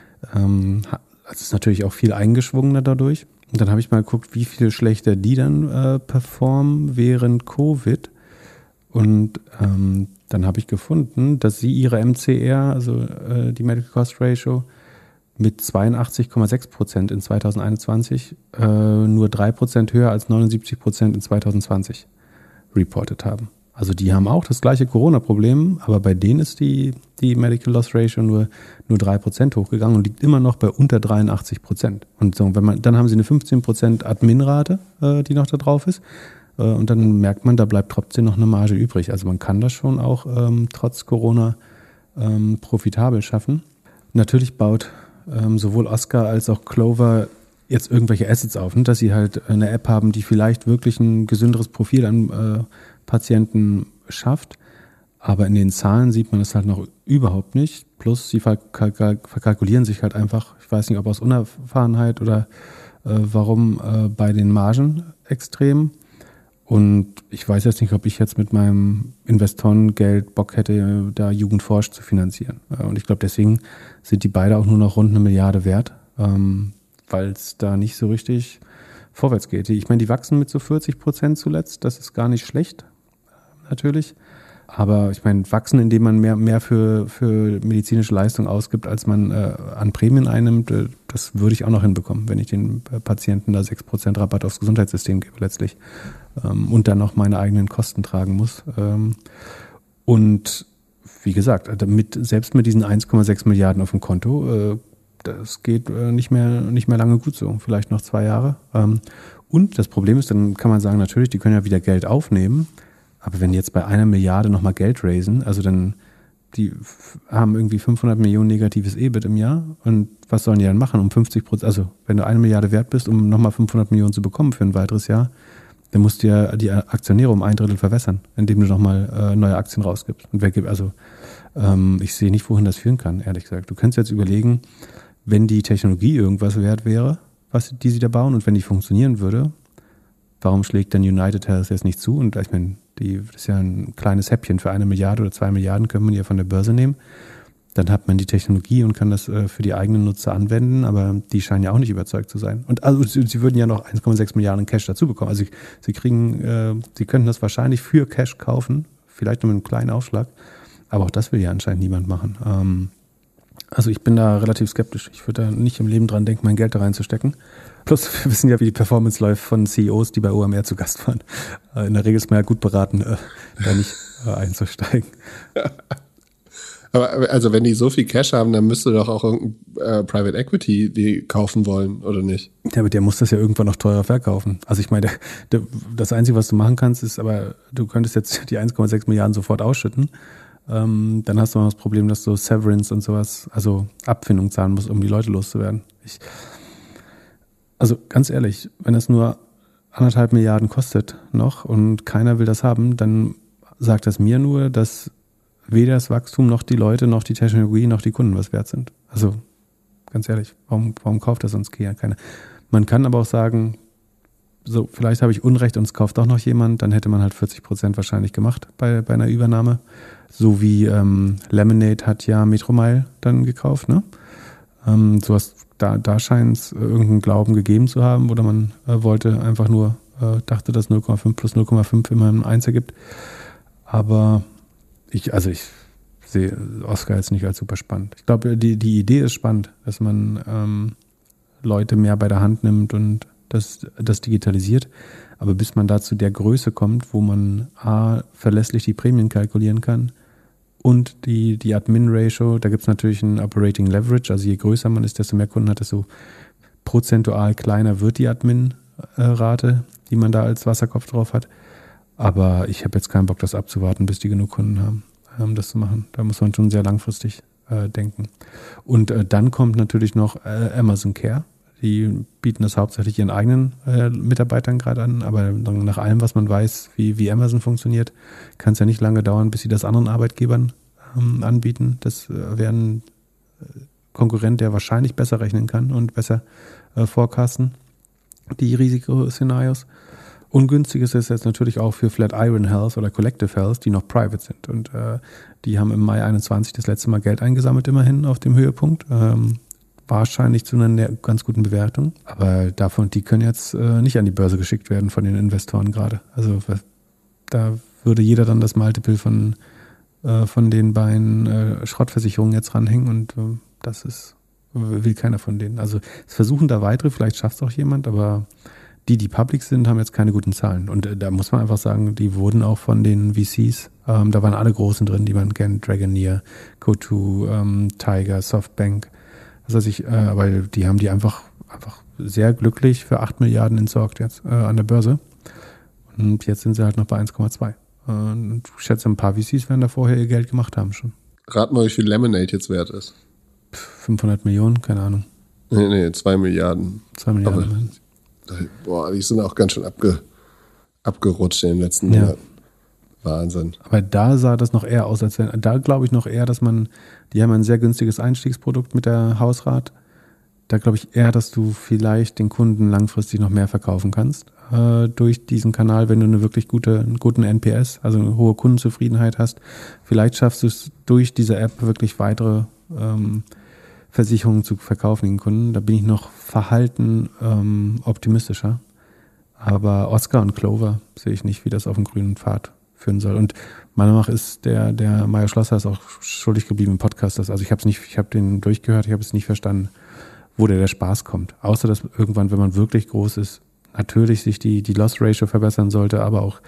B: Es ist natürlich auch viel eingeschwungener dadurch. Und dann habe ich mal geguckt, wie viel schlechter die dann performen während Covid. Und dann habe ich gefunden, dass sie ihre MCR, also die Medical Cost Ratio, mit 82,6% in 2021 nur 3% höher als 79% in 2020 reported haben. Also die haben auch das gleiche Corona-Problem, aber bei denen ist die Medical Loss Ratio nur 3% hochgegangen und liegt immer noch bei unter 83%. Und so, dann haben sie eine 15% Admin-Rate, die noch da drauf ist. Und dann merkt man, da bleibt trotzdem noch eine Marge übrig. Also man kann das schon auch trotz Corona profitabel schaffen. Natürlich baut sowohl Oscar als auch Clover jetzt irgendwelche Assets auf, ne? Dass sie halt eine App haben, die vielleicht wirklich ein gesünderes Profil an Patienten schafft. Aber in den Zahlen sieht man das halt noch überhaupt nicht. Plus sie verkalkulieren sich halt einfach, ich weiß nicht, ob aus Unerfahrenheit oder warum, bei den Margen extrem. Und ich weiß jetzt nicht, ob ich jetzt mit meinem Investorengeld Bock hätte, da Jugend forscht zu finanzieren. Und ich glaube, deswegen sind die beide auch nur noch rund 1 Milliarde wert, weil es da nicht so richtig vorwärts geht. Ich meine, die wachsen mit so 40% zuletzt, das ist gar nicht schlecht, natürlich. Aber ich meine, wachsen, indem man mehr für medizinische Leistung ausgibt, als man an Prämien einnimmt, das würde ich auch noch hinbekommen, wenn ich den Patienten da 6% Rabatt aufs Gesundheitssystem gebe letztlich und dann noch meine eigenen Kosten tragen muss. Und wie gesagt, selbst mit diesen 1,6 Milliarden auf dem Konto, das geht nicht mehr lange gut so, vielleicht noch 2 Jahre. Und das Problem ist, dann kann man sagen, natürlich, die können ja wieder Geld aufnehmen, aber wenn die jetzt bei 1 Milliarde nochmal Geld raisen, also dann, die haben irgendwie 500 Millionen negatives EBIT im Jahr und was sollen die dann machen um 50%? Also wenn du 1 Milliarde wert bist, um nochmal 500 Millionen zu bekommen für ein weiteres Jahr, dann musst du ja die Aktionäre um 1/3 verwässern, indem du nochmal neue Aktien rausgibst. Und ich sehe nicht, wohin das führen kann, ehrlich gesagt. Du kannst jetzt überlegen, wenn die Technologie irgendwas wert wäre, die sie da bauen und wenn die funktionieren würde, warum schlägt dann United Health jetzt nicht zu? Und ich meine, das ist ja ein kleines Häppchen für 1 Milliarde oder 2 Milliarden können wir ja von der Börse nehmen. Dann hat man die Technologie und kann das für die eigenen Nutzer anwenden, aber die scheinen ja auch nicht überzeugt zu sein. Und also sie würden ja noch 1,6 Milliarden Cash dazu bekommen. Also sie könnten das wahrscheinlich für Cash kaufen, vielleicht nur mit einem kleinen Aufschlag, aber auch das will ja anscheinend niemand machen. Also ich bin da relativ skeptisch. Ich würde da nicht im Leben dran denken, mein Geld da reinzustecken. Plus, wir wissen ja, wie die Performance läuft von CEOs, die bei OMR zu Gast waren. In der Regel ist man ja gut beraten, da nicht einzusteigen.
A: Aber also wenn die so viel Cash haben, dann müsste doch auch irgendein Private Equity die kaufen wollen, oder nicht?
B: Ja, aber der muss das ja irgendwann noch teurer verkaufen. Also ich meine, das Einzige, was du machen kannst, ist, aber du könntest jetzt die 1,6 Milliarden sofort ausschütten. Dann hast du noch das Problem, dass du Severance und sowas, also Abfindung zahlen musst, um die Leute loszuwerden. Also ganz ehrlich, wenn es nur 1,5 Milliarden kostet noch und keiner will das haben, dann sagt das mir nur, dass weder das Wachstum noch die Leute noch die Technologie noch die Kunden was wert sind. Also ganz ehrlich, warum kauft das sonst keiner? Man kann aber auch sagen, so vielleicht habe ich Unrecht und es kauft doch noch jemand, dann hätte man halt 40% wahrscheinlich gemacht bei einer Übernahme. So wie Lemonade hat ja Metromile dann gekauft, ne? Da scheint es irgendeinen Glauben gegeben zu haben, oder man wollte einfach nur, dachte, dass 0,5 plus 0,5 immer ein 1 ergibt. Aber ich sehe Oscar jetzt nicht als super spannend. Ich glaube, die Idee ist spannend, dass man Leute mehr bei der Hand nimmt und das digitalisiert. Aber bis man da zu der Größe kommt, wo man verlässlich die Prämien kalkulieren kann und die Admin-Ratio, da gibt es natürlich ein Operating Leverage, also je größer man ist, desto mehr Kunden hat, desto prozentual kleiner wird die Admin-Rate, die man da als Wasserkopf drauf hat. Aber ich habe jetzt keinen Bock, das abzuwarten, bis die genug Kunden haben, das zu machen. Da muss man schon sehr langfristig denken. Und dann kommt natürlich noch Amazon Care. Die bieten das hauptsächlich ihren eigenen Mitarbeitern gerade an, aber nach allem, was man weiß, wie Amazon funktioniert, kann es ja nicht lange dauern, bis sie das anderen Arbeitgebern anbieten. Das wäre ein Konkurrent, der wahrscheinlich besser rechnen kann und besser forecasten, die Risikoszenarios. Ungünstig ist es jetzt natürlich auch für Flatiron Health oder Collective Health, die noch private sind. Und die haben im Mai 21 das letzte Mal Geld eingesammelt, immerhin auf dem Höhepunkt. Wahrscheinlich zu einer ganz guten Bewertung. Aber die können jetzt nicht an die Börse geschickt werden von den Investoren gerade. Also da würde jeder dann das Multiple von den beiden Schrottversicherungen jetzt ranhängen und will keiner von denen. Also es versuchen da weitere, vielleicht schafft es auch jemand, aber die public sind, haben jetzt keine guten Zahlen. Und da muss man einfach sagen, die wurden auch von den VCs, da waren alle Großen drin, die man kennt, Dragoneer, Coatue, Tiger, Softbank. Aber die haben die einfach sehr glücklich für 8 Milliarden entsorgt jetzt an der Börse. Und jetzt sind sie halt noch bei 1,2. Und ich schätze, ein paar VCs werden da vorher ihr Geld gemacht haben schon.
A: Rat mal, wie viel Lemonade jetzt wert ist.
B: 500 Millionen, keine Ahnung.
A: Nee, 2 Milliarden.
B: 2 Milliarden.
A: Aber, die sind auch ganz schön abgerutscht in den letzten Monaten. Wahnsinn.
B: Aber da sah das noch eher aus, da glaube ich noch eher, dass die haben ein sehr günstiges Einstiegsprodukt mit der Hausrat. Da glaube ich eher, dass du vielleicht den Kunden langfristig noch mehr verkaufen kannst durch diesen Kanal, wenn du einen wirklich guten NPS, also eine hohe Kundenzufriedenheit hast. Vielleicht schaffst du es durch diese App wirklich weitere Versicherungen zu verkaufen den Kunden. Da bin ich noch verhalten optimistischer. Aber Oscar und Clover sehe ich nicht, wie das auf dem grünen Pfad führen soll. Und meiner Meinung nach ist der Mario Schlosser ist auch schuldig geblieben im Podcast. Also ich habe den durchgehört, ich habe es nicht verstanden, wo der Spaß kommt. Außer, dass irgendwann, wenn man wirklich groß ist, natürlich sich die Loss-Ratio verbessern sollte, aber auch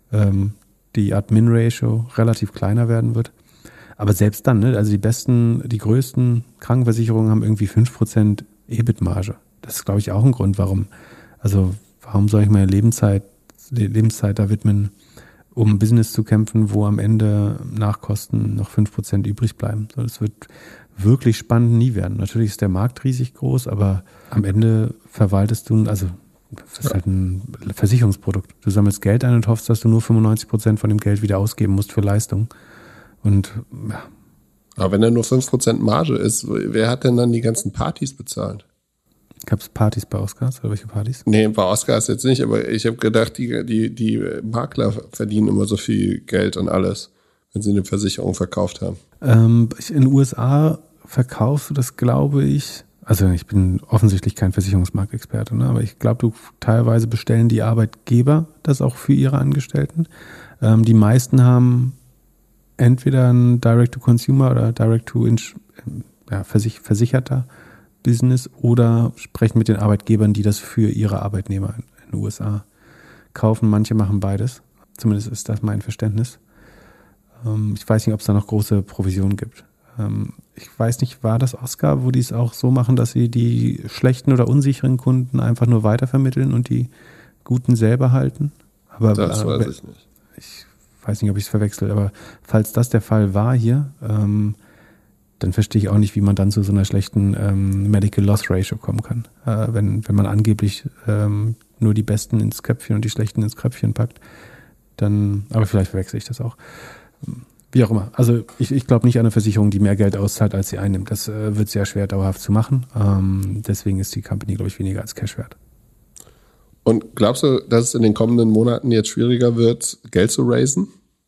B: die Admin-Ratio relativ kleiner werden wird. Aber selbst dann, ne, also die größten Krankenversicherungen haben irgendwie 5% EBIT-Marge. Das ist, glaube ich, auch ein Grund, warum soll ich meine Lebenszeit da widmen, um ein Business zu kämpfen, wo am Ende nach Kosten noch 5% übrig bleiben. So, das wird wirklich spannend nie werden. Natürlich ist der Markt riesig groß, aber am Ende verwaltest du, das ist halt ein Versicherungsprodukt. Du sammelst Geld ein und hoffst, dass du nur 95% von dem Geld wieder ausgeben musst für Leistung. Und ja.
A: Aber wenn er nur 5% Marge ist, wer hat denn dann die ganzen Partys bezahlt?
B: Gab es Partys bei Oscars oder welche Partys?
A: Nee, bei Oscars jetzt nicht, aber ich habe gedacht, die Makler verdienen immer so viel Geld und alles, wenn sie eine Versicherung verkauft haben.
B: In den USA verkaufst du das, glaube ich, also ich bin offensichtlich kein Versicherungsmarktexperte, ne, aber ich glaube, teilweise bestellen die Arbeitgeber das auch für ihre Angestellten. Die meisten haben entweder ein Direct-to-Consumer oder Direct-to-Versicherter Business oder sprechen mit den Arbeitgebern, die das für ihre Arbeitnehmer in den USA kaufen. Manche machen beides. Zumindest ist das mein Verständnis. Ich weiß nicht, ob es da noch große Provisionen gibt. Ich weiß nicht, war das Oscar, wo die es auch so machen, dass sie die schlechten oder unsicheren Kunden einfach nur weitervermitteln und die guten selber halten? Aber
A: das weiß ich nicht.
B: Ich weiß nicht, ob ich es verwechsel, aber falls das der Fall war hier, dann verstehe ich auch nicht, wie man dann zu so einer schlechten Medical Loss Ratio kommen kann. Wenn man angeblich nur die Besten ins Köpfchen und die Schlechten ins Köpfchen packt, dann, aber vielleicht verwechsel ich das auch. Wie auch immer. Also ich glaube nicht an eine Versicherung, die mehr Geld auszahlt, als sie einnimmt. Das wird sehr schwer dauerhaft zu machen. Deswegen ist die Company, glaube ich, weniger als Cash wert.
A: Und glaubst du, dass es in den kommenden Monaten jetzt schwieriger wird, Geld zu raisen?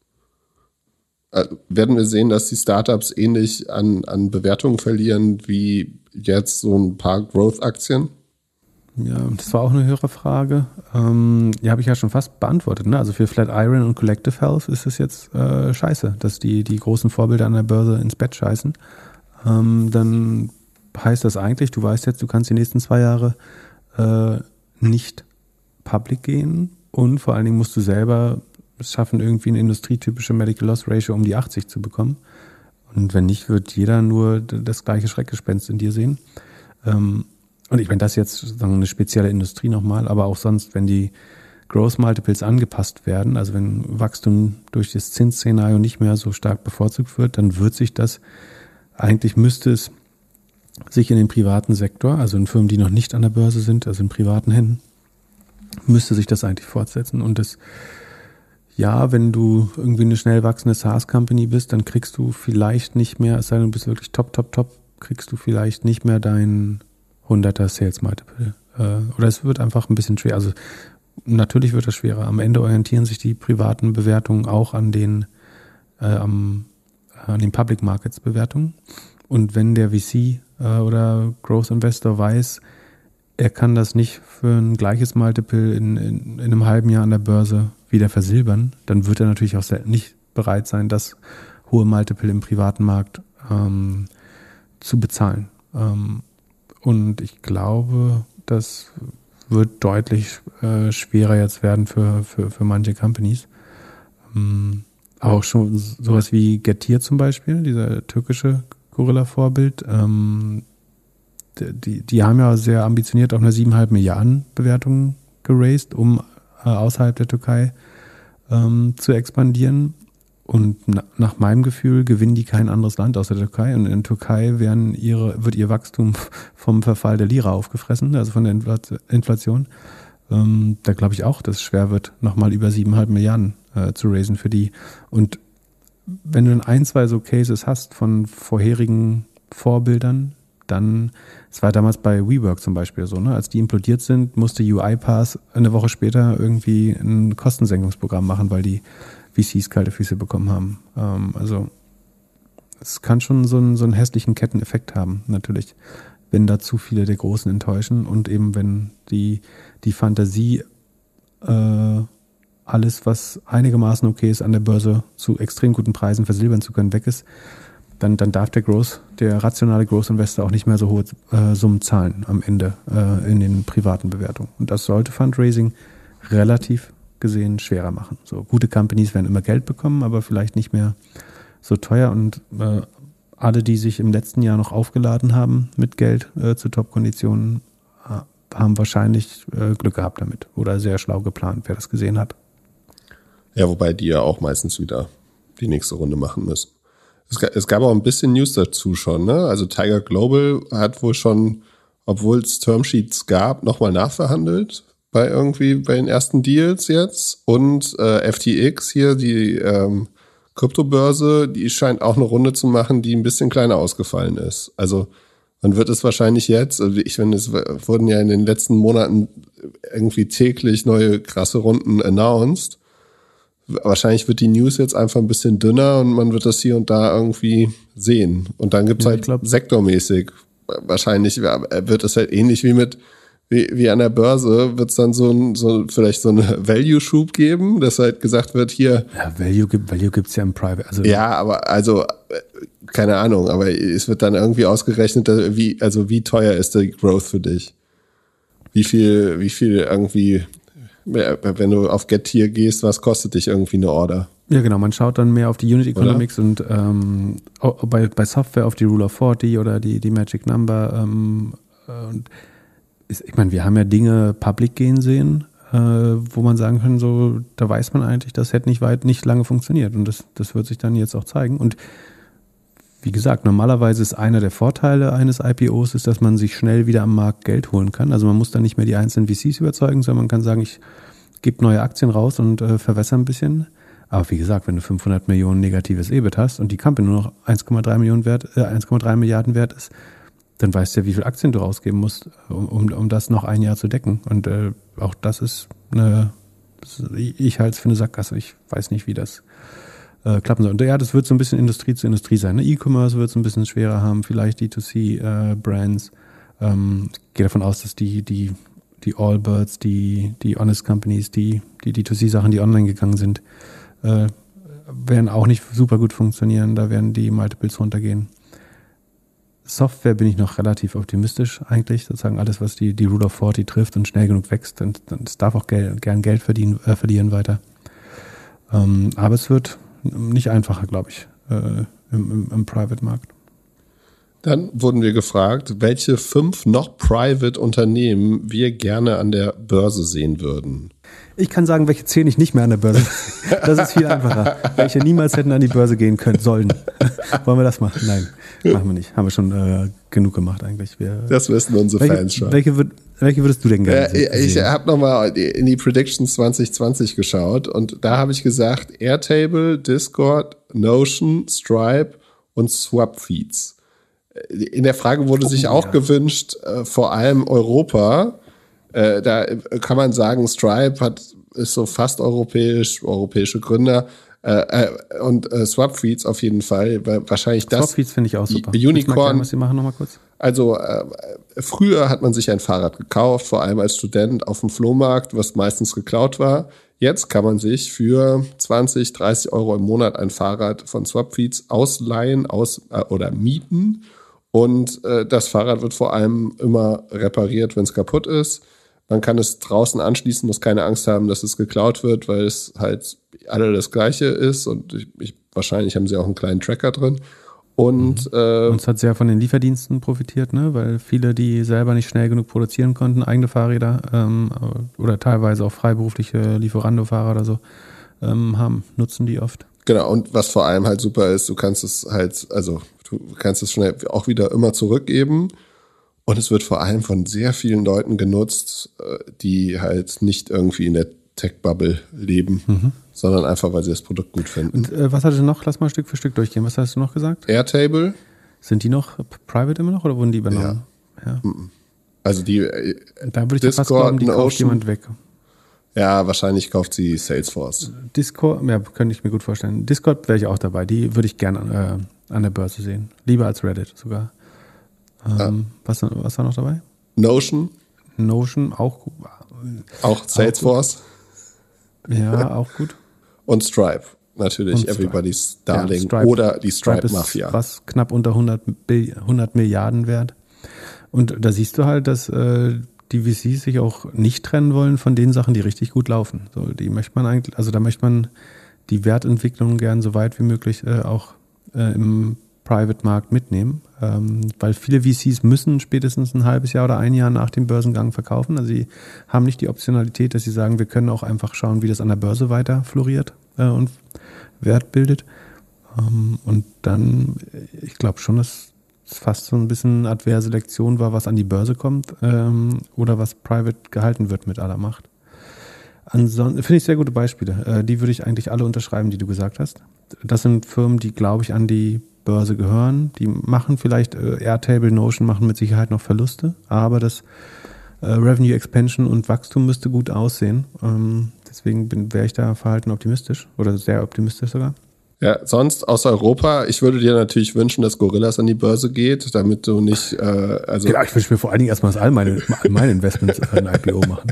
A: Werden wir sehen, dass die Startups ähnlich an Bewertungen verlieren wie jetzt so ein paar Growth-Aktien?
B: Ja, das war auch eine höhere Frage. Ja, habe ich ja schon fast beantwortet. Ne? Also für Flatiron und Collective Health ist es jetzt scheiße, dass die großen Vorbilder an der Börse ins Bett scheißen. Dann heißt das eigentlich, du weißt jetzt, du kannst die nächsten 2 Jahre nicht public gehen und vor allen Dingen musst du selber es schaffen, irgendwie eine industrietypische Medical Loss Ratio um die 80 zu bekommen. Und wenn nicht, wird jeder nur das gleiche Schreckgespenst in dir sehen. Und ich meine, das jetzt sozusagen eine spezielle Industrie nochmal, aber auch sonst, wenn die Growth Multiples angepasst werden, also wenn Wachstum durch das Zinsszenario nicht mehr so stark bevorzugt wird, dann müsste es sich in den privaten Sektor, also in Firmen, die noch nicht an der Börse sind, also in privaten Händen, müsste sich das eigentlich fortsetzen. Und wenn du irgendwie eine schnell wachsende SaaS-Company bist, dann kriegst du vielleicht nicht mehr, es sei denn, du bist wirklich top, kriegst du vielleicht nicht mehr dein 100er Sales Multiple. Oder es wird einfach ein bisschen schwer. Also natürlich wird das schwerer. Am Ende orientieren sich die privaten Bewertungen auch an den Public Markets Bewertungen. Und wenn der VC oder Growth Investor weiß, er kann das nicht für ein gleiches Multiple in einem halben Jahr an der Börse wieder versilbern, dann wird er natürlich auch nicht bereit sein, das hohe Multiple im privaten Markt zu bezahlen. Und ich glaube, das wird deutlich schwerer jetzt werden für manche Companies. Auch schon sowas wie Getir zum Beispiel, dieser türkische Gorilla-Vorbild, die haben ja sehr ambitioniert auf einer 7,5 Milliarden Bewertung geraced, um außerhalb der Türkei zu expandieren. Und nach meinem Gefühl gewinnen die kein anderes Land außer der Türkei. Und in der Türkei wird ihr Wachstum vom Verfall der Lira aufgefressen, also von der Inflation. Da glaube ich auch, dass es schwer wird, nochmal über 7,5 Milliarden zu raisen für die. Und wenn du dann 1, 2 so Cases hast von vorherigen Vorbildern, dann, es war damals bei WeWork zum Beispiel so, ne? Als die implodiert sind, musste UiPath eine Woche später irgendwie ein Kostensenkungsprogramm machen, weil die VCs kalte Füße bekommen haben. Also es kann schon so einen hässlichen Ketteneffekt haben, natürlich, wenn da zu viele der Großen enttäuschen und eben wenn die Fantasie alles, was einigermaßen okay ist, an der Börse zu extrem guten Preisen versilbern zu können, weg ist, dann darf der rationale Growth-Investor auch nicht mehr so hohe Summen zahlen am Ende in den privaten Bewertungen. Und das sollte Fundraising relativ gesehen schwerer machen. So gute Companies werden immer Geld bekommen, aber vielleicht nicht mehr so teuer. Und alle, die sich im letzten Jahr noch aufgeladen haben mit Geld zu Top-Konditionen, haben wahrscheinlich Glück gehabt damit oder sehr schlau geplant, wer das gesehen hat.
A: Ja, wobei die ja auch meistens wieder die nächste Runde machen müssen. Es gab auch ein bisschen News dazu schon, ne? Also Tiger Global hat wohl schon, obwohl es Termsheets gab, nochmal nachverhandelt bei den ersten Deals jetzt. Und FTX hier, die Kryptobörse, die scheint auch eine Runde zu machen, die ein bisschen kleiner ausgefallen ist. Also man wird es wahrscheinlich jetzt, also ich finde, es wurden ja in den letzten Monaten irgendwie täglich neue krasse Runden announced. Wahrscheinlich wird die News jetzt einfach ein bisschen dünner und man wird das hier und da irgendwie sehen. Und dann gibt's sektormäßig, wahrscheinlich wird es halt ähnlich wie an der Börse, wird es dann vielleicht so einen Value-Schub geben, dass halt gesagt wird, hier.
B: Ja, Value gibt's ja im Private. Also
A: ja, aber keine Ahnung, aber es wird dann irgendwie ausgerechnet, wie teuer ist der Growth für dich? Wie viel irgendwie, wenn du auf Getir gehst, was kostet dich irgendwie eine Order?
B: Ja, genau, man schaut dann mehr auf die Unit Economics und bei Software auf die Rule of 40 oder die Magic Number. Und ich meine, wir haben ja Dinge public gehen sehen, wo man sagen kann, so, da weiß man eigentlich, das hätte nicht lange funktioniert. Und das wird sich dann jetzt auch zeigen. Und wie gesagt, normalerweise ist einer der Vorteile eines IPOs, ist, dass man sich schnell wieder am Markt Geld holen kann. Also man muss dann nicht mehr die einzelnen VCs überzeugen, sondern man kann sagen, ich gebe neue Aktien raus und verwässere ein bisschen. Aber wie gesagt, wenn du 500 Millionen negatives EBIT hast und die Company nur noch 1,3 Milliarden wert ist, dann weißt du ja, wie viel Aktien du rausgeben musst, um das noch ein Jahr zu decken. Und auch das ist ich halte es für eine Sackgasse. Ich weiß nicht, wie das klappen soll. Und ja, das wird so ein bisschen Industrie zu Industrie sein. Ne? E-Commerce wird es ein bisschen schwerer haben, vielleicht D2C-Brands. Ich gehe davon aus, dass die Allbirds, die Honest Companies, die D2C-Sachen, die online gegangen sind, werden auch nicht super gut funktionieren. Da werden die Multiples runtergehen. Software bin ich noch relativ optimistisch eigentlich. Sozusagen alles, was die Rule of 40 trifft und schnell genug wächst, dann es darf auch gern Geld verlieren weiter. Aber es wird nicht einfacher, glaube ich, im Private-Markt.
A: Dann wurden wir gefragt, welche 5 noch Private-Unternehmen wir gerne an der Börse sehen würden.
B: Ich kann sagen, welche 10 ich nicht mehr an der Börse. Das ist viel einfacher. Welche niemals hätten an die Börse gehen können, sollen. Wollen wir das machen? Nein, machen wir nicht. Haben wir schon genug gemacht eigentlich.
A: Das wissen unsere Fans schon.
B: Welche würdest du denn gerne sehen?
A: Ich habe nochmal in die Predictions 2020 geschaut und da habe ich gesagt, Airtable, Discord, Notion, Stripe und Swapfeeds. In der Frage wurde sich auch gewünscht, vor allem Europa. Da kann man sagen, Stripe ist so fast europäische Gründer und Swapfeeds auf jeden Fall. Wahrscheinlich das.
B: Swapfeeds finde ich auch super.
A: Unicorn.
B: Was sie machen, nochmal kurz.
A: Also früher hat man sich ein Fahrrad gekauft, vor allem als Student auf dem Flohmarkt, was meistens geklaut war. Jetzt kann man sich für 20, 30 Euro im Monat ein Fahrrad von Swapfeeds ausleihen oder mieten. Und das Fahrrad wird vor allem immer repariert, wenn es kaputt ist. Man kann es draußen anschließen, muss keine Angst haben, dass es geklaut wird, weil es halt alle das Gleiche ist. Und wahrscheinlich haben sie auch einen kleinen Tracker drin. Und
B: es hat sehr von den Lieferdiensten profitiert, ne? Weil viele, die selber nicht schnell genug produzieren konnten, eigene Fahrräder oder teilweise auch freiberufliche Lieferando-Fahrer oder so nutzen die oft.
A: Genau, und was vor allem halt super ist, du kannst es schnell auch wieder immer zurückgeben. Und es wird vor allem von sehr vielen Leuten genutzt, die halt nicht irgendwie in der Tech-Bubble leben, sondern einfach, weil sie das Produkt gut finden.
B: Und was hattest du noch? Lass mal Stück für Stück durchgehen. Was hast du noch gesagt?
A: Airtable.
B: Sind die noch private immer noch oder wurden die übernommen?
A: Ja. Also die
B: da würde ich Discord, fast glauben, die kauft jemand weg.
A: Ja, wahrscheinlich kauft sie Salesforce.
B: Discord, ja, könnte ich mir gut vorstellen. Discord wäre ich auch dabei. Die würde ich gerne an der Börse sehen. Lieber als Reddit sogar. Was war noch dabei?
A: Notion,
B: auch
A: Salesforce.
B: Ja, auch gut.
A: Und Stripe, natürlich,
B: Und Stripe.
A: Everybody's Darling.
B: Ja, Stripe,
A: oder die Stripe-Mafia.
B: Ist was knapp unter 100 Milliarden wert. Und da siehst du halt, dass die VCs sich auch nicht trennen wollen von den Sachen, die richtig gut laufen. So, die möchte man eigentlich, also da möchte man die Wertentwicklung gern so weit wie möglich auch im Private-Markt mitnehmen, weil viele VCs müssen spätestens ein halbes Jahr oder ein Jahr nach dem Börsengang verkaufen. Also sie haben nicht die Optionalität, dass sie sagen, wir können auch einfach schauen, wie das an der Börse weiter floriert und Wert bildet. Und dann, ich glaube schon, dass es fast so ein bisschen adverse Selektion war, was an die Börse kommt oder was private gehalten wird mit aller Macht. Ansonsten finde ich sehr gute Beispiele. Die würde ich eigentlich alle unterschreiben, die du gesagt hast. Das sind Firmen, die, glaube ich, an die Börse gehören. Die machen vielleicht, Airtable, Notion machen mit Sicherheit noch Verluste, aber das Revenue Expansion und Wachstum müsste gut aussehen. Deswegen wäre ich da verhalten optimistisch oder sehr optimistisch sogar.
A: Ja, sonst aus Europa, ich würde dir natürlich wünschen, dass Gorillas an die Börse geht, damit du nicht,
B: Genau, ich wünsche mir vor allen Dingen erstmal, dass all meine Investments ein IPO machen.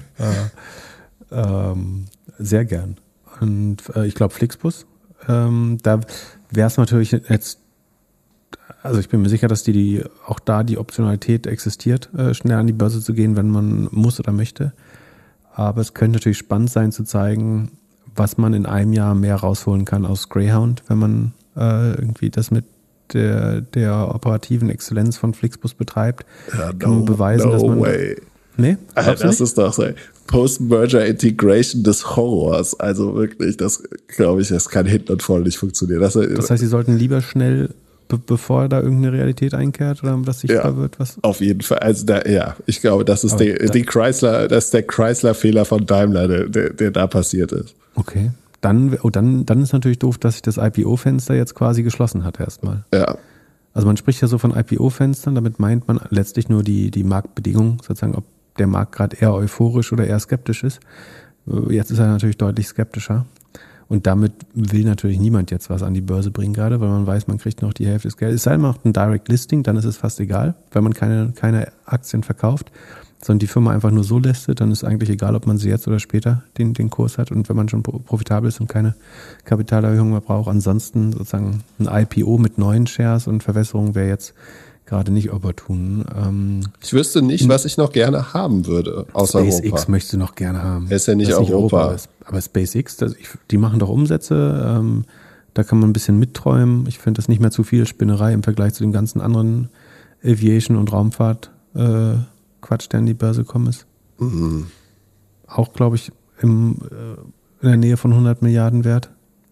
B: Sehr gern. Und ich glaube Flixbus, da wäre es natürlich jetzt, also ich bin mir sicher, dass auch da die Optionalität existiert, schnell an die Börse zu gehen, wenn man muss oder möchte. Aber es könnte natürlich spannend sein zu zeigen, was man in einem Jahr mehr rausholen kann aus Greyhound, wenn man irgendwie das mit der operativen Exzellenz von Flixbus betreibt.
A: Ja,
B: kann man beweisen, dass man...
A: Way.
B: Nee?
A: Das ist doch so Post-Merger-Integration des Horrors. Also wirklich, das glaube ich, das kann hinten und vorne nicht funktionieren. Das
B: heißt, sie sollten lieber schnell, bevor da irgendeine Realität einkehrt oder was sichtbar wird? Was?
A: Auf jeden Fall. Also ich glaube, das ist der Chrysler-Fehler von Daimler, der da passiert ist.
B: Okay. Dann ist natürlich doof, dass sich das IPO-Fenster jetzt quasi geschlossen hat erstmal.
A: Ja.
B: Also man spricht ja so von IPO-Fenstern, damit meint man letztlich nur die Marktbedingungen, sozusagen, ob der Markt gerade eher euphorisch oder eher skeptisch ist. Jetzt ist er natürlich deutlich skeptischer. Und damit will natürlich niemand jetzt was an die Börse bringen gerade, weil man weiß, man kriegt noch die Hälfte des Geldes. Es sei denn, man macht ein Direct Listing, dann ist es fast egal, weil man keine Aktien verkauft, sondern die Firma einfach nur so listet, dann ist eigentlich egal, ob man sie jetzt oder später den Kurs hat und wenn man schon profitabel ist und keine Kapitalerhöhung mehr braucht. Ansonsten sozusagen ein IPO mit neuen Shares und Verwässerung wäre jetzt gerade nicht opportun.
A: Ich wüsste nicht, was ich noch gerne haben würde aus Europa.
B: SpaceX möchtest du noch gerne haben.
A: Ist ja nicht Europa.
B: Aber SpaceX, die machen doch Umsätze, da kann man ein bisschen mitträumen. Ich finde das nicht mehr zu viel Spinnerei im Vergleich zu den ganzen anderen Aviation- und Raumfahrt Quatsch, der an die Börse gekommen ist.
A: Mhm.
B: Auch, glaube ich, in der Nähe von 100 Milliarden wert.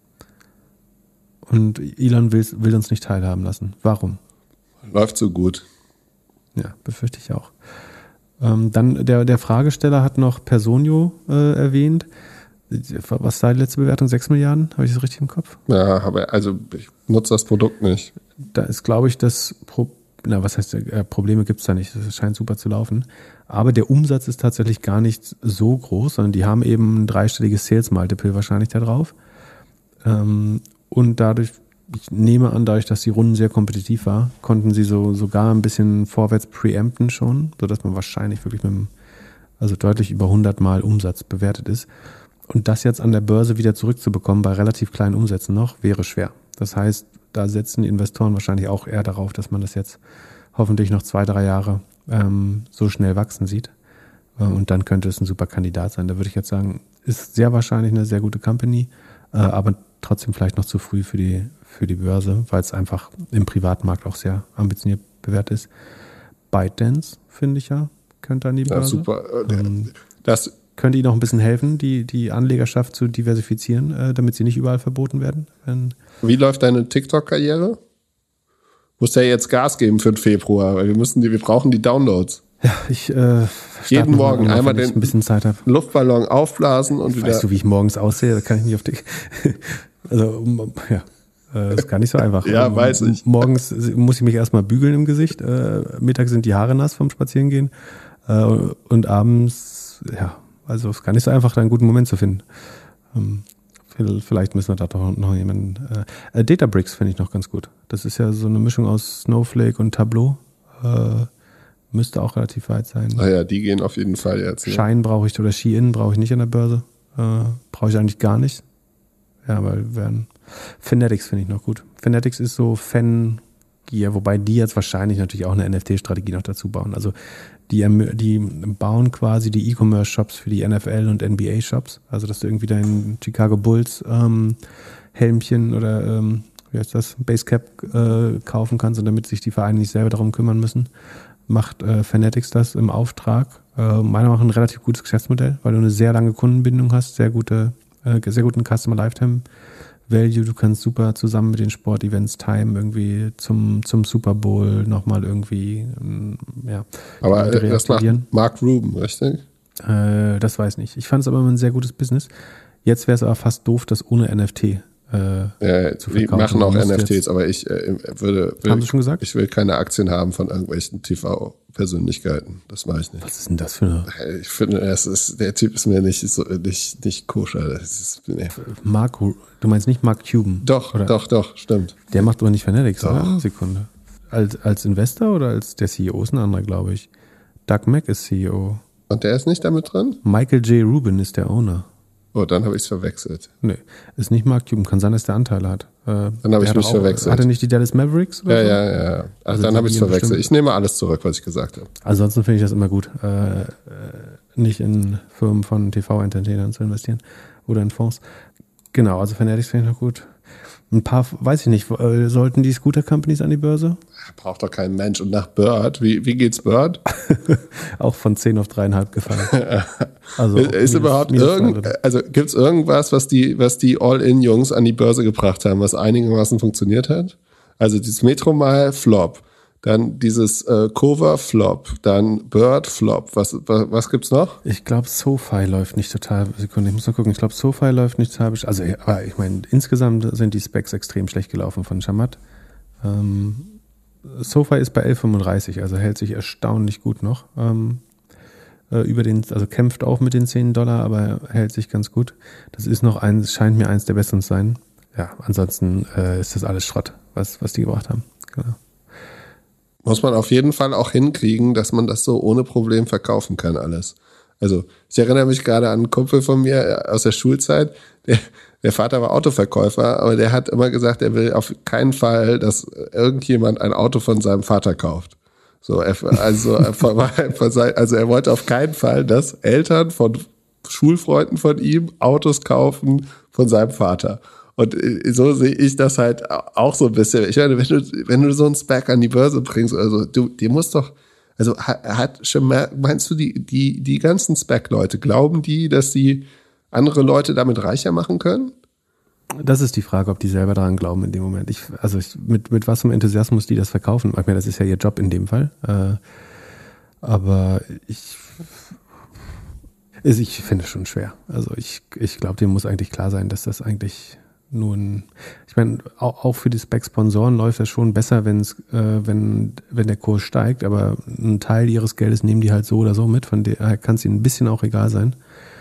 B: Und Elon will uns nicht teilhaben lassen. Warum?
A: Läuft so gut.
B: Ja, befürchte ich auch. Dann der Fragesteller hat noch Personio erwähnt. Was sei die letzte Bewertung? 6 Milliarden? Habe ich das richtig im Kopf?
A: Ja, aber also ich nutze das Produkt nicht.
B: Da ist, glaube ich, Probleme gibt es da nicht. Das scheint super zu laufen. Aber der Umsatz ist tatsächlich gar nicht so groß, sondern die haben eben ein 3-stelliges Sales-Multiple wahrscheinlich da drauf. Und dadurch, ich nehme an, dadurch, dass die Runden sehr kompetitiv war, konnten sie sogar ein bisschen vorwärts preempten schon, sodass man wahrscheinlich wirklich also deutlich über 100 Mal Umsatz bewertet ist. Und das jetzt an der Börse wieder zurückzubekommen, bei relativ kleinen Umsätzen noch, wäre schwer. Das heißt, da setzen die Investoren wahrscheinlich auch eher darauf, dass man das jetzt hoffentlich noch 2-3 Jahre so schnell wachsen sieht. Und dann könnte es ein super Kandidat sein. Da würde ich jetzt sagen, ist sehr wahrscheinlich eine sehr gute Company, aber trotzdem vielleicht noch zu früh für die Börse, weil es einfach im Privatmarkt auch sehr ambitioniert bewertet ist. ByteDance, finde ich könnte an die Börse.
A: Ja, super. Das
B: könnte Ihnen auch ein bisschen helfen, die Anlegerschaft zu diversifizieren, damit sie nicht überall verboten werden.
A: Wie läuft deine TikTok-Karriere? Musst ja jetzt Gas geben für den Februar, weil wir brauchen die Downloads.
B: Ja, ich
A: jeden Morgen einmal
B: den ein bisschen Zeit habe.
A: Luftballon aufblasen und wieder.
B: Weißt du, wie ich morgens aussehe? Da kann ich nicht auf dich. Also, ja. Ist gar nicht so einfach.
A: Ja, weiß ich.
B: Morgens muss ich mich erstmal bügeln im Gesicht. Mittags sind die Haare nass vom Spazierengehen. Und abends, ja, also ist gar nicht so einfach, da einen guten Moment zu finden. Vielleicht müssen wir da doch noch jemanden. Databricks finde ich noch ganz gut. Das ist ja so eine Mischung aus Snowflake und Tableau. Müsste auch relativ weit sein.
A: Ah ja, die gehen auf jeden Fall jetzt.
B: Shine brauche ich oder Shein brauche ich nicht an der Börse. Brauche ich eigentlich gar nicht. Ja, weil Fanatics finde ich noch gut. Fanatics ist so Fangear, wobei die jetzt wahrscheinlich natürlich auch eine NFT-Strategie noch dazu bauen. Also die bauen quasi die E-Commerce-Shops für die NFL und NBA-Shops. Also dass du irgendwie dein Chicago Bulls Helmchen oder wie heißt das, Basecap kaufen kannst und damit sich die Vereine nicht selber darum kümmern müssen, macht Fanatics das im Auftrag. Meiner Meinung nach ein relativ gutes Geschäftsmodell, weil du eine sehr lange Kundenbindung hast, sehr guten Customer Lifetime Value. Du kannst super zusammen mit den Sportevents timen, irgendwie zum Super Bowl nochmal irgendwie,
A: Aber das macht Mark Rubin, richtig?
B: Das weiß ich nicht. Ich fand es aber immer ein sehr gutes Business. Jetzt wäre es aber fast doof, das ohne NFT zu verkaufen.
A: Die machen auch NFTs, aber ich
B: haben Sie schon gesagt?
A: Ich will keine Aktien haben von irgendwelchen TV-Persönlichkeiten. Das mache ich nicht.
B: Was ist denn das für eine?
A: Ich finde, der Typ ist mir nicht koscher. Das ist, nee.
B: Du meinst nicht Mark Cuban?
A: Doch, stimmt.
B: Der macht aber nicht Fanatics,
A: Doch.
B: oder? Sekunde. Als Investor oder als der CEO ist ein anderer, glaube ich. Doug Mack ist CEO.
A: Und der ist nicht damit drin?
B: Michael J. Rubin ist der Owner.
A: Oh, dann habe ich es verwechselt.
B: Nee, ist nicht Mark Cuban. Kann sein, dass der Anteile hat.
A: Dann habe ich mich verwechselt.
B: Hat er nicht die Dallas Mavericks? Oder
A: ja. Also dann habe ich es verwechselt. Ich nehme alles zurück, was ich gesagt habe.
B: Ansonsten finde ich das immer gut, nicht in Firmen von TV-Entertainern zu investieren oder in Fonds. Genau, also Fanatics finde ich noch gut. Ein paar, weiß ich nicht, sollten die Scooter-Companies an die Börse?
A: Braucht doch kein Mensch. Und nach Bird, wie geht's Bird?
B: Auch von 10 auf 3,5 gefallen. Also
A: ist überhaupt gibt's irgendwas, was die All-In-Jungs an die Börse gebracht haben, was einigermaßen funktioniert hat? Also dieses Metromile Flop, dann dieses Cover Flop, dann Bird Flop. Was gibt's noch?
B: Ich glaube, SoFi läuft nicht total. Sekunde, ich muss mal gucken. Ich glaube, SoFi läuft nicht total. Also, aber ich meine, insgesamt sind die Specs extrem schlecht gelaufen von Shamat. SoFi ist bei 11,35, also hält sich erstaunlich gut noch. Also kämpft auch mit den $10, aber hält sich ganz gut. Das ist noch scheint mir eins der besseren zu sein. Ja, ansonsten ist das alles Schrott, was die gebracht haben. Genau.
A: Muss man auf jeden Fall auch hinkriegen, dass man das so ohne Problem verkaufen kann alles. Also ich erinnere mich gerade an einen Kumpel von mir aus der Schulzeit, der Vater war Autoverkäufer, aber der hat immer gesagt, er will auf keinen Fall, dass irgendjemand ein Auto von seinem Vater kauft. So, er wollte auf keinen Fall, dass Eltern von Schulfreunden von ihm Autos kaufen von seinem Vater. Und so sehe ich das halt auch so ein bisschen. Ich meine, wenn du so einen Spec an die Börse bringst, also die muss doch, also meinst du, die ganzen Spec-Leute, glauben die, dass sie andere Leute damit reicher machen können?
B: Das ist die Frage, ob die selber daran glauben in dem Moment. Mit was für Enthusiasmus die das verkaufen. Ich meine, das ist ja ihr Job in dem Fall. Aber ich finde es schon schwer. Also ich glaube, dem muss eigentlich klar sein, dass das eigentlich ich meine, auch für die Spec-Sponsoren läuft das schon besser, wenn der Kurs steigt, aber einen Teil ihres Geldes nehmen die halt so oder so mit, von daher kann es ihnen ein bisschen auch egal sein.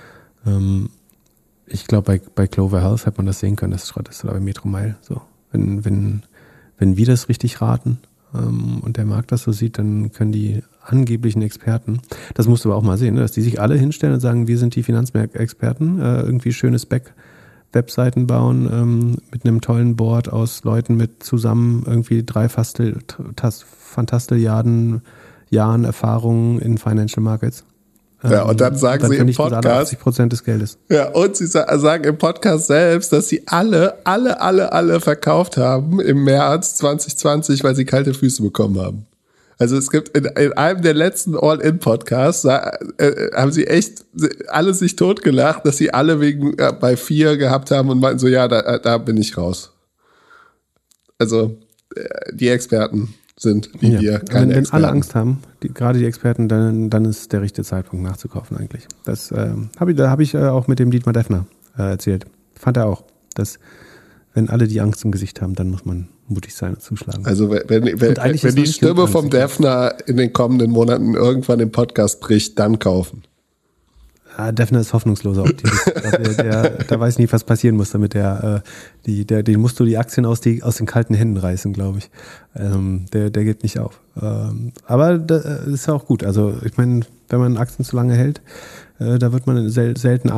B: Ich glaube, bei Clover Health hat man das sehen können, dass es Schrott ist, oder bei Metromile. So. Wenn wir das richtig raten und der Markt das so sieht, dann können die angeblichen Experten, das musst du aber auch mal sehen, ne, dass die sich alle hinstellen und sagen, wir sind die Finanzmarktexperten, irgendwie schöne Spec-Webseiten bauen mit einem tollen Board aus Leuten mit zusammen irgendwie 3 Fantastilliarden Jahren Erfahrung in Financial Markets.
A: Ja, und dann sagen sie im Podcast
B: 80% des Geldes.
A: Ja, und sie sagen im Podcast selbst, dass sie alle verkauft haben im März 2020, weil sie kalte Füße bekommen haben. Also es gibt in einem der letzten All-In-Podcasts, haben sie echt alle sich totgelacht, dass sie alle bei 4 gehabt haben und meinten so, ja, da bin ich raus. Also die Experten sind wie wir keine
B: wenn
A: Experten.
B: Alle Angst haben, gerade die Experten, dann ist der richtige Zeitpunkt nachzukaufen eigentlich. Das habe ich auch mit dem Dietmar Deffner erzählt. Fand er auch, dass wenn alle die Angst im Gesicht haben, dann muss man mutig sein und zuschlagen.
A: Also wenn die Stimme vom Deffner in den kommenden Monaten irgendwann im Podcast bricht, dann kaufen.
B: Ja, Deffner ist hoffnungsloser Optimist. der weiß nie, was passieren muss, damit den musst du die Aktien aus den kalten Händen reißen, glaube ich. Der gibt nicht auf. Aber das ist ja auch gut. Also ich meine, wenn man Aktien zu lange hält, da wird man selten arm bei.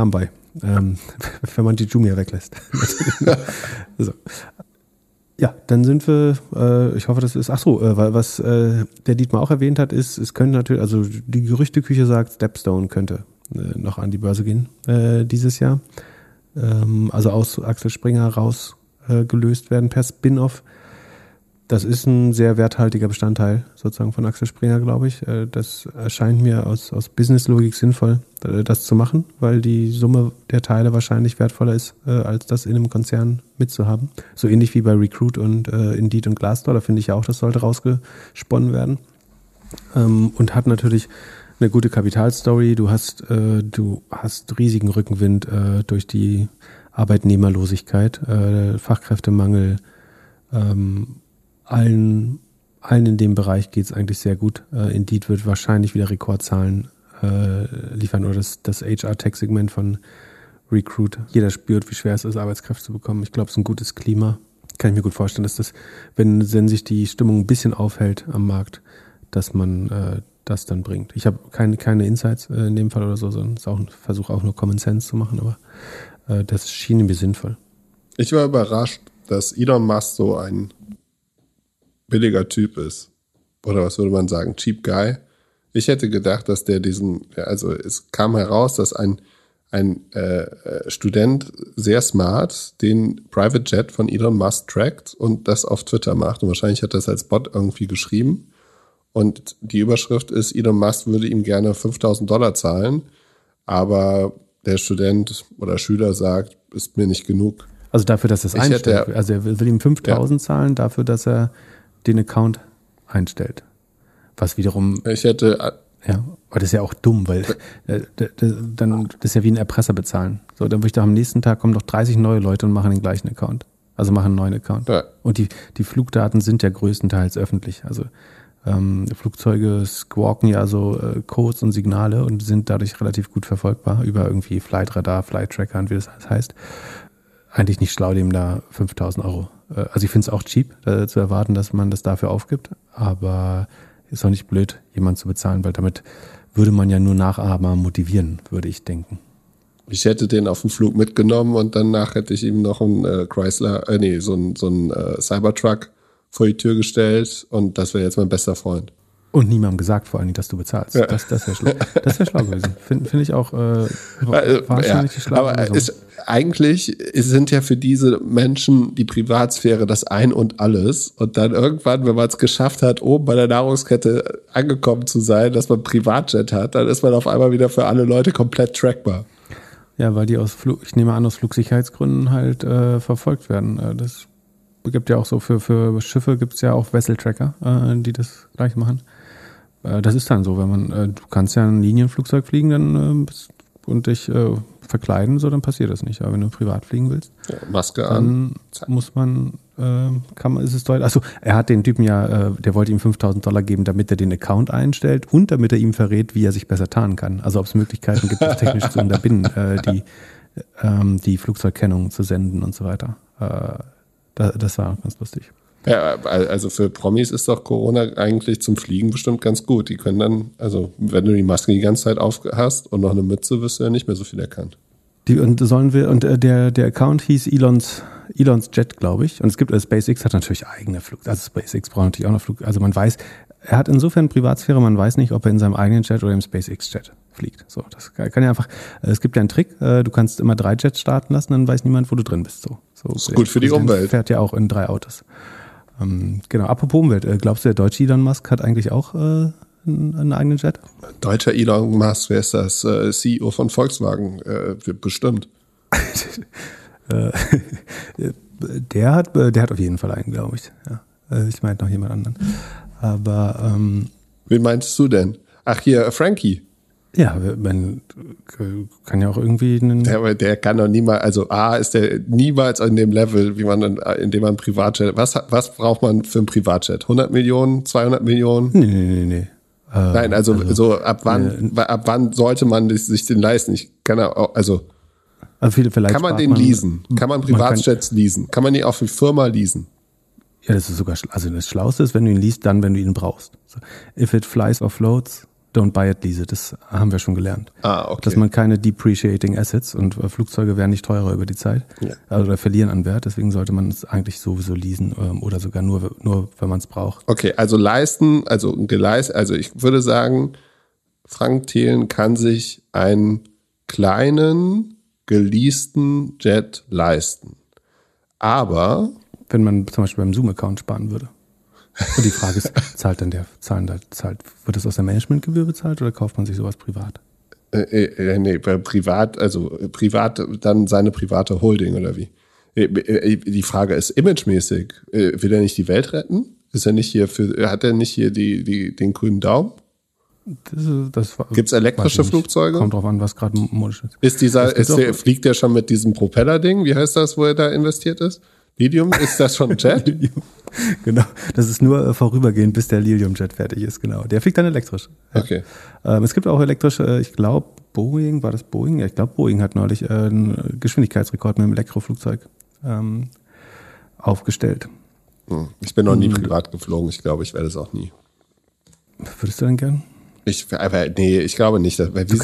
B: wenn man die Jumia weglässt. So. Ja, dann sind wir, ich hoffe, das ist, was der Dietmar auch erwähnt hat, ist, es könnte natürlich, also die Gerüchteküche sagt, Stepstone könnte noch an die Börse gehen dieses Jahr. Also aus Axel Springer raus gelöst werden per Spin-off. Das ist ein sehr werthaltiger Bestandteil sozusagen von Axel Springer, glaube ich. Das erscheint mir aus Businesslogik sinnvoll, das zu machen, weil die Summe der Teile wahrscheinlich wertvoller ist, als das in einem Konzern mitzuhaben. So ähnlich wie bei Recruit und Indeed und Glassdoor, da finde ich ja auch, das sollte rausgesponnen werden. Und hat natürlich eine gute Kapitalstory. Du hast riesigen Rückenwind durch die Arbeitnehmerlosigkeit, Fachkräftemangel, allen in dem Bereich geht es eigentlich sehr gut. Indeed wird wahrscheinlich wieder Rekordzahlen liefern oder das HR-Tech-Segment von Recruit. Jeder spürt, wie schwer es ist, Arbeitskräfte zu bekommen. Ich glaube, es ist ein gutes Klima. Kann ich mir gut vorstellen, dass das, wenn sich die Stimmung ein bisschen aufhält am Markt, dass man das dann bringt. Ich habe keine Insights in dem Fall oder so, sondern versuche auch nur Common Sense zu machen, aber das schien mir sinnvoll.
A: Ich war überrascht, dass Elon Musk so ein billiger Typ ist. Oder was würde man sagen? Cheap Guy. Ich hätte gedacht, dass der es kam heraus, dass ein Student sehr smart den Private Jet von Elon Musk trackt und das auf Twitter macht. Und wahrscheinlich hat er das als Bot irgendwie geschrieben. Und die Überschrift ist, Elon Musk würde ihm gerne $5.000 zahlen, aber der Student oder Schüler sagt, ist mir nicht genug.
B: Also dafür, dass er es einstellt. Also er will ihm 5.000 zahlen, dafür, dass er den Account einstellt. Was wiederum... Ja, aber das ist ja auch dumm, weil dann das ist ja wie ein Erpresser bezahlen. So, dann würde ich doch am nächsten Tag kommen noch 30 neue Leute und machen den gleichen Account. Also machen einen neuen Account. Ja. Und die Flugdaten sind ja größtenteils öffentlich. Also Flugzeuge squawken ja so Codes und Signale und sind dadurch relativ gut verfolgbar über irgendwie Flight Radar, Flight Tracker und wie das heißt. Eigentlich nicht schlau, dem da 5.000 €. Also ich finde es auch cheap, zu erwarten, dass man das dafür aufgibt, aber ist auch nicht blöd, jemanden zu bezahlen, weil damit würde man ja nur Nachahmer motivieren, würde ich denken.
A: Ich hätte den auf den Flug mitgenommen und danach hätte ich ihm noch einen so einen Cybertruck vor die Tür gestellt und das wäre jetzt mein bester Freund.
B: Und niemandem gesagt vor allem, dass du bezahlst. Ja. Das wäre schlau. Das wäre schlau gewesen. Finde ich auch wahrscheinlich die schlaue Lösung.
A: Eigentlich sind ja für diese Menschen die Privatsphäre das Ein und Alles. Und dann irgendwann, wenn man es geschafft hat, oben bei der Nahrungskette angekommen zu sein, dass man ein Privatjet hat, dann ist man auf einmal wieder für alle Leute komplett trackbar.
B: Ja, weil die ich nehme an, aus Flugsicherheitsgründen halt verfolgt werden. Das gibt ja auch so, für Schiffe gibt es ja auch Vessel-Tracker, die das gleich machen. Das ist dann so, wenn man, du kannst ja ein Linienflugzeug fliegen dann und dich verkleiden, so dann passiert das nicht. Aber wenn du privat fliegen willst,
A: ja, Maske
B: dann muss man, ist es deutlich. Also er hat den Typen ja, der wollte ihm $5.000 geben, damit er den Account einstellt und damit er ihm verrät, wie er sich besser tarnen kann. Also ob es Möglichkeiten gibt, das technisch zu unterbinden, die Flugzeugkennung zu senden und so weiter. Das war ganz lustig.
A: Ja, also für Promis ist doch Corona eigentlich zum Fliegen bestimmt ganz gut. Die können dann, also wenn du die Maske die ganze Zeit auf hast und noch eine Mütze, wirst du ja nicht mehr so viel erkannt. Der Account hieß Elons Jet, glaube ich. Und es gibt, SpaceX hat natürlich eigene Flug. Also SpaceX braucht natürlich auch noch Flug. Also man weiß, er hat insofern Privatsphäre, man weiß nicht, ob er in seinem eigenen Jet oder im SpaceX-Jet fliegt. So, das kann ja einfach, es gibt ja einen Trick, du kannst immer 3 Jets starten lassen, dann weiß niemand, wo du drin bist. So das ist gut für die Umwelt.
B: Fährt ja auch in 3 Autos. Genau, apropos Umwelt, glaubst du, der deutsche Elon Musk hat eigentlich auch einen eigenen Jet?
A: Deutscher Elon Musk, wer ist das? CEO von Volkswagen, bestimmt.
B: Der hat auf jeden Fall einen, glaube ich. Ja. Ich meine noch jemand anderen. Aber
A: wen meinst du denn? Ach hier, Frankie.
B: Ja, man kann ja auch irgendwie
A: aber der kann doch niemals, also ist der niemals an dem Level, wie man indem man ein Privatjet, was braucht man für ein Privatjet? 100 Millionen, 200 Millionen?
B: Nee.
A: Nein, also so ab wann sollte man sich den leisten?
B: Vielleicht
A: kann man den leasen? Kann man Privatjets leasen? Kann man die auch für Firma leasen?
B: Ja, das ist sogar, also das Schlauste ist, wenn du ihn least, dann, wenn du ihn brauchst. So, if it flies or floats, don't buy it, lease it. Das haben wir schon gelernt.
A: Okay.
B: Dass man keine depreciating Assets und Flugzeuge werden nicht teurer über die Zeit oder verlieren an Wert. Deswegen sollte man es eigentlich sowieso leasen oder sogar nur wenn man es braucht.
A: Okay, also leisten, also ich würde sagen, Frank Thelen kann sich einen kleinen, geleasten Jet leisten. Aber
B: wenn man zum Beispiel beim Zoom-Account sparen würde. Und die Frage ist, wird das aus der Managementgebühr bezahlt oder kauft man sich sowas privat?
A: Nee, privat, dann seine private Holding oder wie? Die Frage ist imagemäßig. Will er nicht die Welt retten? Hat er nicht hier den grünen Daumen? Gibt es elektrische Flugzeuge?
B: Kommt drauf an, was gerade modisch ist.
A: Fliegt der schon mit diesem Propeller-Ding? Wie heißt das, wo er da investiert ist? Lilium? Ist das schon ein Jet?
B: Genau, das ist nur vorübergehend, bis der Lilium-Jet fertig ist, genau. Der fliegt dann elektrisch. Ja.
A: Okay.
B: Es gibt auch elektrische, ich glaube, Boeing? Ja, ich glaube, Boeing hat neulich einen Geschwindigkeitsrekord mit einem Elektroflugzeug aufgestellt.
A: Ich bin noch nie privat geflogen, ich glaube, ich werde es auch nie.
B: Würdest du denn gern?
A: Ich glaube nicht.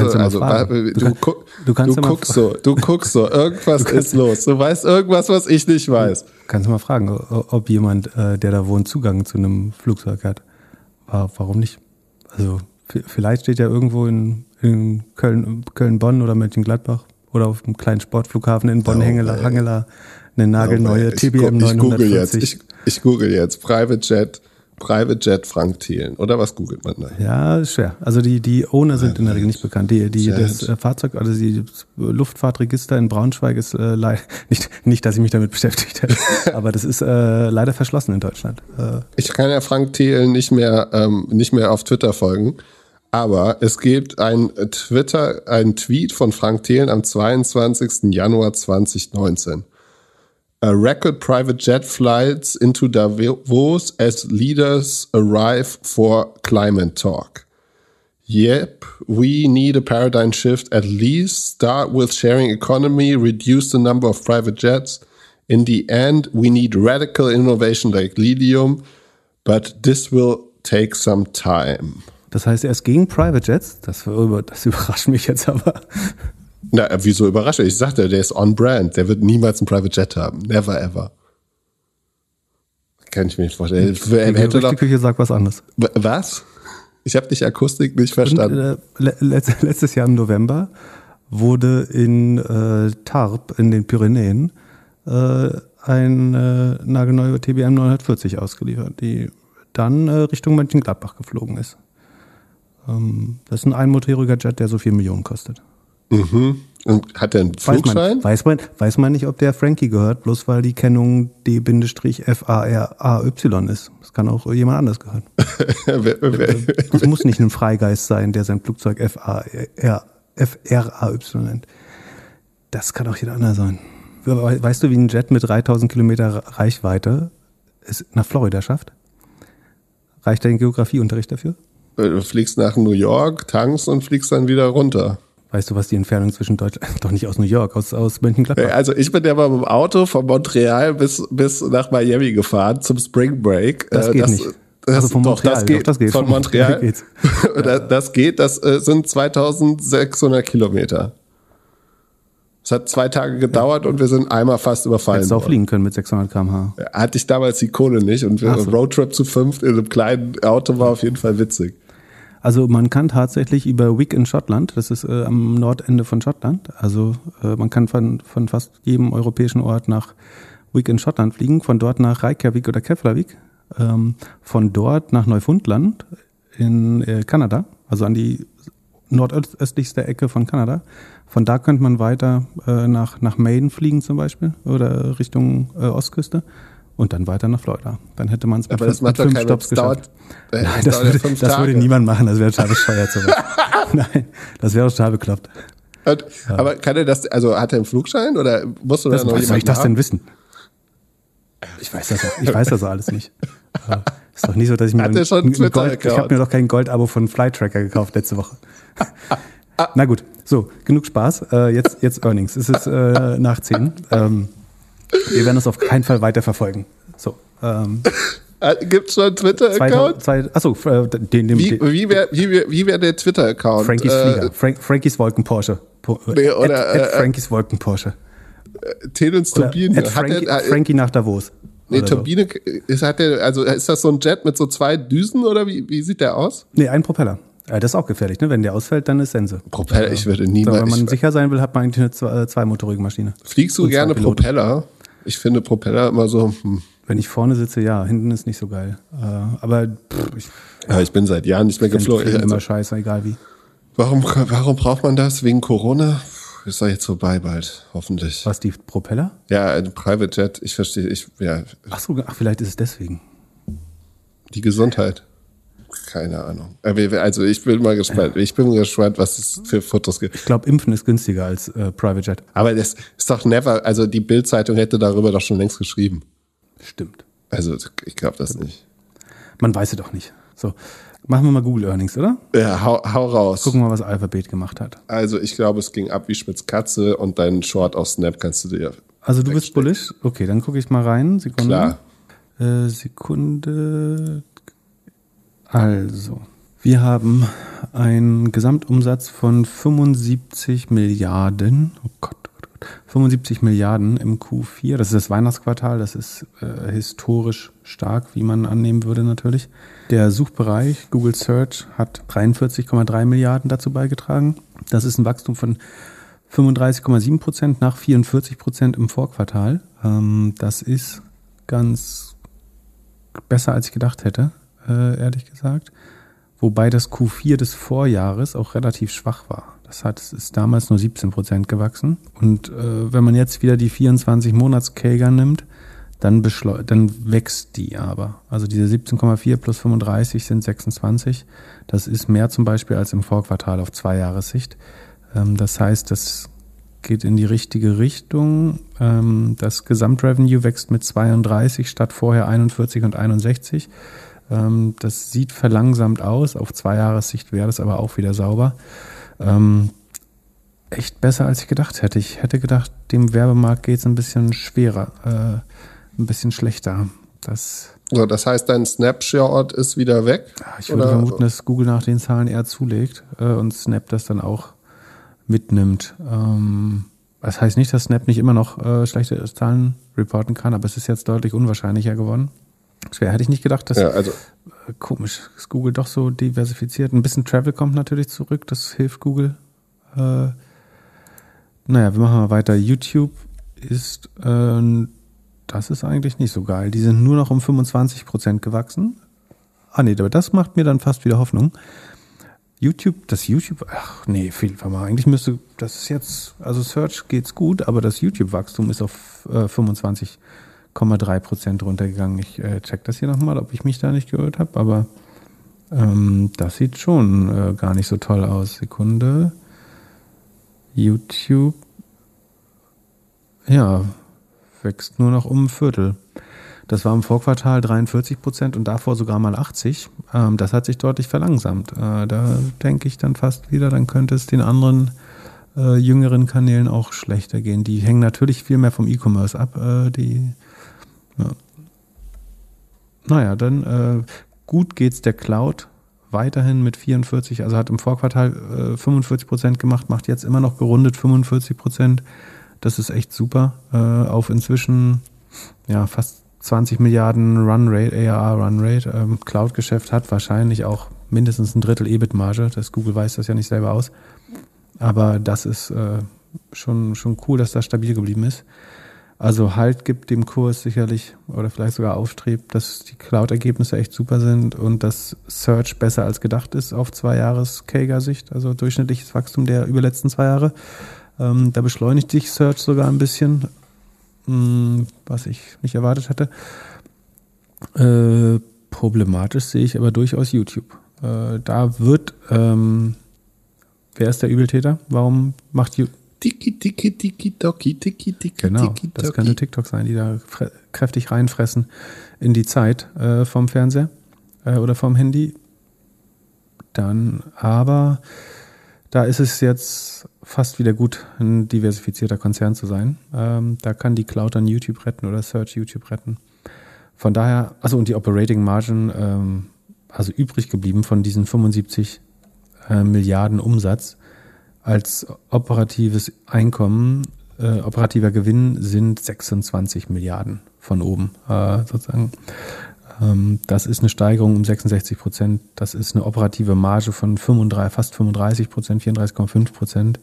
A: Du guckst so, irgendwas ist los. Du weißt irgendwas, was ich nicht weiß.
B: Kannst du mal fragen, ob jemand, der da wohnt, Zugang zu einem Flugzeug hat. Warum nicht? Also vielleicht steht ja irgendwo in Köln-Bonn oder Mönchengladbach oder auf einem kleinen Sportflughafen in Bonn-Hangela eine nagelneue TBM 940.
A: Ich google jetzt Private Jet Frank Thelen. Oder was googelt man da?
B: Ja, ist schwer. Also die Owner sind in der Regel nicht bekannt. Das Fahrzeug, also das Luftfahrtregister in Braunschweig ist leider, nicht, dass ich mich damit beschäftigt hätte, aber das ist leider verschlossen in Deutschland.
A: Ich kann ja Frank Thelen nicht mehr auf Twitter folgen, aber es gibt einen Tweet von Frank Thelen am 22. Januar 2019. A record private jet flights into Davos as leaders arrive for climate talk. Yep, we need a paradigm shift at least. Start with sharing economy, reduce the number of private jets. In the end, we need radical innovation like Lilium, but this will take some time.
B: Das heißt, er ist gegen Private Jets? Das überrascht mich jetzt aber.
A: Na, wieso überrascht? Ich sagte, der ist on brand. Der wird niemals einen Private Jet haben. Never ever. Kann ich mir nicht vorstellen.
B: Die Küche sagt was anderes.
A: Was? Ich habe die Akustik nicht verstanden.
B: Letztes Jahr im November wurde in Tarbes in den Pyrenäen ein nagelneue TBM 940 ausgeliefert, die dann Richtung Mönchengladbach geflogen ist. Das ist ein einmotoriger Jet, der so 4 Millionen kostet.
A: Mhm. Und hat der einen Flugschein?
B: Weiß man nicht, ob der Frankie gehört, bloß weil die Kennung D-FARAY ist. Das kann auch jemand anders gehören. Es muss nicht ein Freigeist sein, der sein Flugzeug FRAY nennt. Das kann auch jeder andere sein. Weißt du, wie ein Jet mit 3000 Kilometer Reichweite es nach Florida schafft? Reicht dein Geografieunterricht dafür?
A: Du fliegst nach New York, tankst und fliegst dann wieder runter.
B: Weißt du, was die Entfernung zwischen Deutschland, doch nicht aus New York, aus Mönchengladbach?
A: Also ich bin ja mal mit dem Auto von Montreal bis nach Miami gefahren zum Spring Break.
B: Das geht nicht.
A: Also von Montreal. Das geht. Von Montreal.
B: Geht's.
A: Das geht, das sind 2600 Kilometer. Es hat 2 Tage gedauert und wir sind einmal fast überfallen.
B: Hättest du auch fliegen können mit 600 km/h.
A: Hatte ich damals die Kohle nicht und Roadtrip zu 5 in einem kleinen Auto war auf jeden Fall witzig.
B: Also man kann tatsächlich über Wick in Schottland, das ist am Nordende von Schottland, also man kann von fast jedem europäischen Ort nach Wick in Schottland fliegen, von dort nach Reykjavik oder Keflavik, von dort nach Neufundland in Kanada, also an die nordöstlichste Ecke von Kanada. Von da könnte man weiter nach Maine fliegen zum Beispiel oder Richtung Ostküste. Und dann weiter nach Florida. Dann hätte man es mit 5 Stopps geschafft. Nein, das würde niemand machen. Das wäre total bescheuert. Nein, das wäre total bekloppt.
A: Aber kann er das, also hat er einen Flugschein oder musst du da noch jemanden
B: soll ich das denn wissen? Ich weiß das alles nicht. Ist doch nicht so, dass ich mir ich habe mir doch kein Goldabo von Flighttracker gekauft letzte Woche. Na gut, so, genug Spaß. Jetzt Earnings. Es ist nach 10. Wir werden das auf keinen Fall weiter verfolgen. So,
A: Gibt es schon einen Twitter-Account?
B: Achso,
A: Wie wär der Twitter-Account?
B: Frankie's Flieger. Frankie's Wolken-Porsche. Frankie's Wolken-Porsche.
A: Telens Turbine.
B: Frankie nach Davos.
A: Nee, Turbine, ist das so ein Jet mit so 2 Düsen oder wie sieht der aus?
B: Nee, ein Propeller. Das ist auch gefährlich, ne? Wenn der ausfällt, dann ist Sense.
A: Propeller, ich würde niemals.
B: Wenn man sicher sein will, hat man eigentlich eine zweimotorige Maschine.
A: Fliegst du gerne Propeller? Ich finde Propeller immer so.
B: Wenn ich vorne sitze, ja, hinten ist nicht so geil. Aber
A: ich bin seit Jahren nicht mehr geflogen.
B: Immer scheiße, egal wie.
A: Warum braucht man das? Wegen Corona? Ist doch jetzt vorbei bald, hoffentlich.
B: Was, die Propeller?
A: Ja, ein Private Jet, ich verstehe, ja.
B: Ach, vielleicht ist es deswegen.
A: Die Gesundheit. Keine Ahnung. Also ich bin mal gespannt. Ich bin gespannt, was es für Fotos gibt.
B: Ich glaube, Impfen ist günstiger als Private Jet.
A: Aber das ist doch also die Bild-Zeitung hätte darüber doch schon längst geschrieben.
B: Stimmt.
A: Also ich glaube das nicht.
B: Man weiß es doch nicht. So, machen wir mal Google Earnings, oder?
A: Ja, hau raus.
B: Gucken wir mal, was Alphabet gemacht hat.
A: Also ich glaube, es ging ab wie Schmitz Katze und deinen Short auf Snap kannst du dir.
B: Also du bist bullish? Okay, dann gucke ich mal rein. Sekunde.
A: Klar.
B: Sekunde. Also, wir haben einen Gesamtumsatz von 75 Milliarden. Oh Gott. 75 Milliarden im Q4. Das ist das Weihnachtsquartal. Das ist historisch stark, wie man annehmen würde natürlich. Der Suchbereich Google Search hat 43,3 Milliarden dazu beigetragen. Das ist ein Wachstum von 35,7% nach 44% im Vorquartal. Das ist ganz besser, als ich gedacht hätte, ehrlich gesagt. Wobei das Q4 des Vorjahres auch relativ schwach war. Es ist damals nur 17% gewachsen. Und wenn man jetzt wieder die 24-Monats-CAGR nimmt, dann wächst die aber. Also diese 17,4 plus 35 sind 26. Das ist mehr zum Beispiel als im Vorquartal auf 2 Jahressicht. Das heißt, das geht in die richtige Richtung. Das Gesamtrevenue wächst mit 32 statt vorher 41 und 61. Das sieht verlangsamt aus. Auf 2 Jahressicht wäre das aber auch wieder sauber. Echt besser, als ich gedacht hätte. Ich hätte gedacht, dem Werbemarkt geht es ein bisschen schwerer, ein bisschen schlechter. Das
A: heißt, dein Snapshot ist wieder weg?
B: Ich würde vermuten, dass Google nach den Zahlen eher zulegt und Snap das dann auch mitnimmt. Das heißt nicht, dass Snap nicht immer noch schlechte Zahlen reporten kann, aber es ist jetzt deutlich unwahrscheinlicher geworden. Schwer hätte ich nicht gedacht, dass komisch ist Google doch so diversifiziert. Ein bisschen Travel kommt natürlich zurück, das hilft Google. Wir machen mal weiter. YouTube ist, das ist eigentlich nicht so geil. Die sind nur noch um 25% gewachsen. Aber das macht mir dann fast wieder Hoffnung. Eigentlich müsste das ist jetzt, also Search geht's gut, aber das YouTube-Wachstum ist auf 25,3% runtergegangen. Ich check das hier nochmal, ob ich mich da nicht gehört habe, aber das sieht schon gar nicht so toll aus. Sekunde. YouTube, wächst nur noch um ein Viertel. Das war im Vorquartal 43% und davor sogar mal 80%. Das hat sich deutlich verlangsamt. Da denke ich dann fast wieder, dann könnte es den anderen jüngeren Kanälen auch schlechter gehen. Die hängen natürlich viel mehr vom E-Commerce ab. Gut geht's der Cloud weiterhin mit 44%, also hat im Vorquartal 45% gemacht, macht jetzt immer noch gerundet 45%. Das ist echt super. Auf inzwischen fast 20 Milliarden Runrate, ARR Runrate. Cloud-Geschäft hat wahrscheinlich auch mindestens ein Drittel EBIT-Marge. Das Google weiß das ja nicht selber aus. Aber das ist schon cool, dass das stabil geblieben ist. Also Halt gibt dem Kurs sicherlich oder vielleicht sogar Auftrieb, dass die Cloud-Ergebnisse echt super sind und dass Search besser als gedacht ist auf 2 Jahres CAGR-Sicht, also durchschnittliches Wachstum der überletzten 2 Jahre. Da beschleunigt sich Search sogar ein bisschen, was ich nicht erwartet hatte. Problematisch sehe ich aber durchaus YouTube. Da wird, wer ist der Übeltäter? Warum macht YouTube? Genau, das könnte TikTok sein, die da kräftig reinfressen in die Zeit vom Fernseher oder vom Handy. Aber da ist es jetzt fast wieder gut, ein diversifizierter Konzern zu sein. Da kann die Cloud dann YouTube retten oder Search YouTube retten. Von daher, also und die Operating Margin, also übrig geblieben von diesen 75 Milliarden Umsatz als operatives Einkommen, operativer Gewinn sind 26 Milliarden von oben sozusagen. Das ist eine Steigerung um 66%. Das ist eine operative Marge von fast 35%, 34,5%.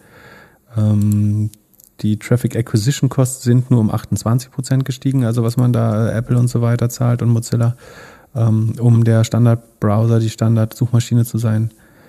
B: Die Traffic Acquisition Costs sind nur um 28% gestiegen, also was man da Apple und so weiter zahlt und Mozilla, um der Standardbrowser, die Standardsuchmaschine zu sein.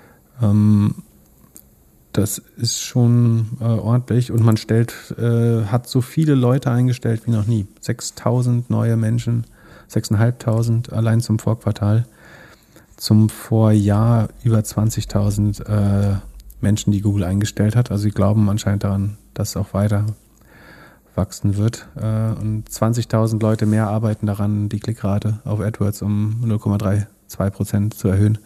B: Das ist schon ordentlich und man hat so viele Leute eingestellt wie noch nie. 6.000 neue Menschen, 6.500 allein zum Vorquartal. Zum Vorjahr über 20.000 Menschen, die Google eingestellt hat. Also sie glauben anscheinend daran, dass es auch weiter wachsen wird. Und 20.000 Leute mehr arbeiten daran, die Klickrate auf AdWords um 0,32% zu erhöhen.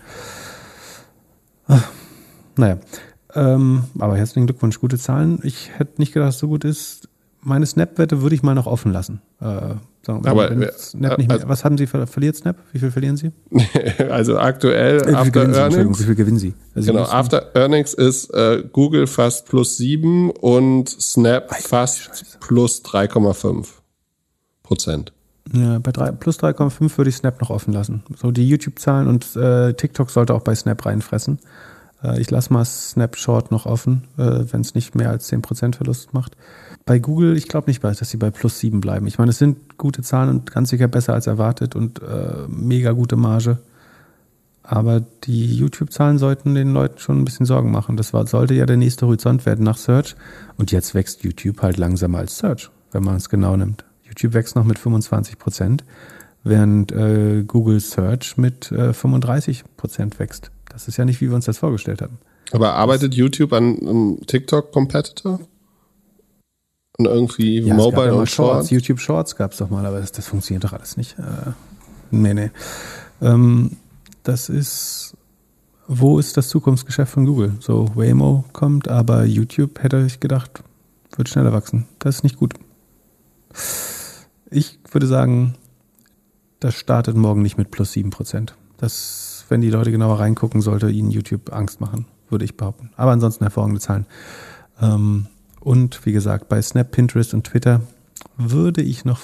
B: Naja, aber herzlichen Glückwunsch, gute Zahlen. Ich hätte nicht gedacht, dass es so gut ist. Meine Snap-Wette würde ich mal noch offen lassen. Snap nicht mehr, was haben Sie verliert, Snap? Wie viel verlieren Sie?
A: Also aktuell After Earnings.
B: Wie viel gewinnen Sie? Also
A: genau, After Earnings ist Google fast +7 und Snap fast plus 3,5%.
B: Ja, bei plus 3,5 würde ich Snap noch offen lassen. So die YouTube-Zahlen und TikTok sollte auch bei Snap reinfressen. Ich lasse mal Snap Short noch offen, wenn es nicht mehr als 10% Verlust macht. Bei Google, ich glaube nicht, dass sie bei +7 bleiben. Ich meine, es sind gute Zahlen und ganz sicher besser als erwartet und mega gute Marge. Aber die YouTube-Zahlen sollten den Leuten schon ein bisschen Sorgen machen. Das sollte ja der nächste Horizont werden nach Search. Und jetzt wächst YouTube halt langsamer als Search, wenn man es genau nimmt. YouTube wächst noch mit 25%, während Google Search mit 35% wächst. Das ist ja nicht, wie wir uns das vorgestellt haben.
A: Aber arbeitet YouTube an einem TikTok-Competitor? Und irgendwie
B: ja,
A: Mobile
B: ja
A: und Shorts?
B: YouTube Shorts gab es doch mal, aber das funktioniert doch alles nicht. Nee. Das ist, wo ist das Zukunftsgeschäft von Google? So, Waymo kommt, aber YouTube, hätte ich gedacht, wird schneller wachsen. Das ist nicht gut. Ich würde sagen, das startet morgen nicht mit +7%. Das, wenn die Leute genauer reingucken, sollte ihnen YouTube Angst machen, würde ich behaupten. Aber ansonsten hervorragende Zahlen. Und wie gesagt, bei Snap, Pinterest und Twitter würde ich noch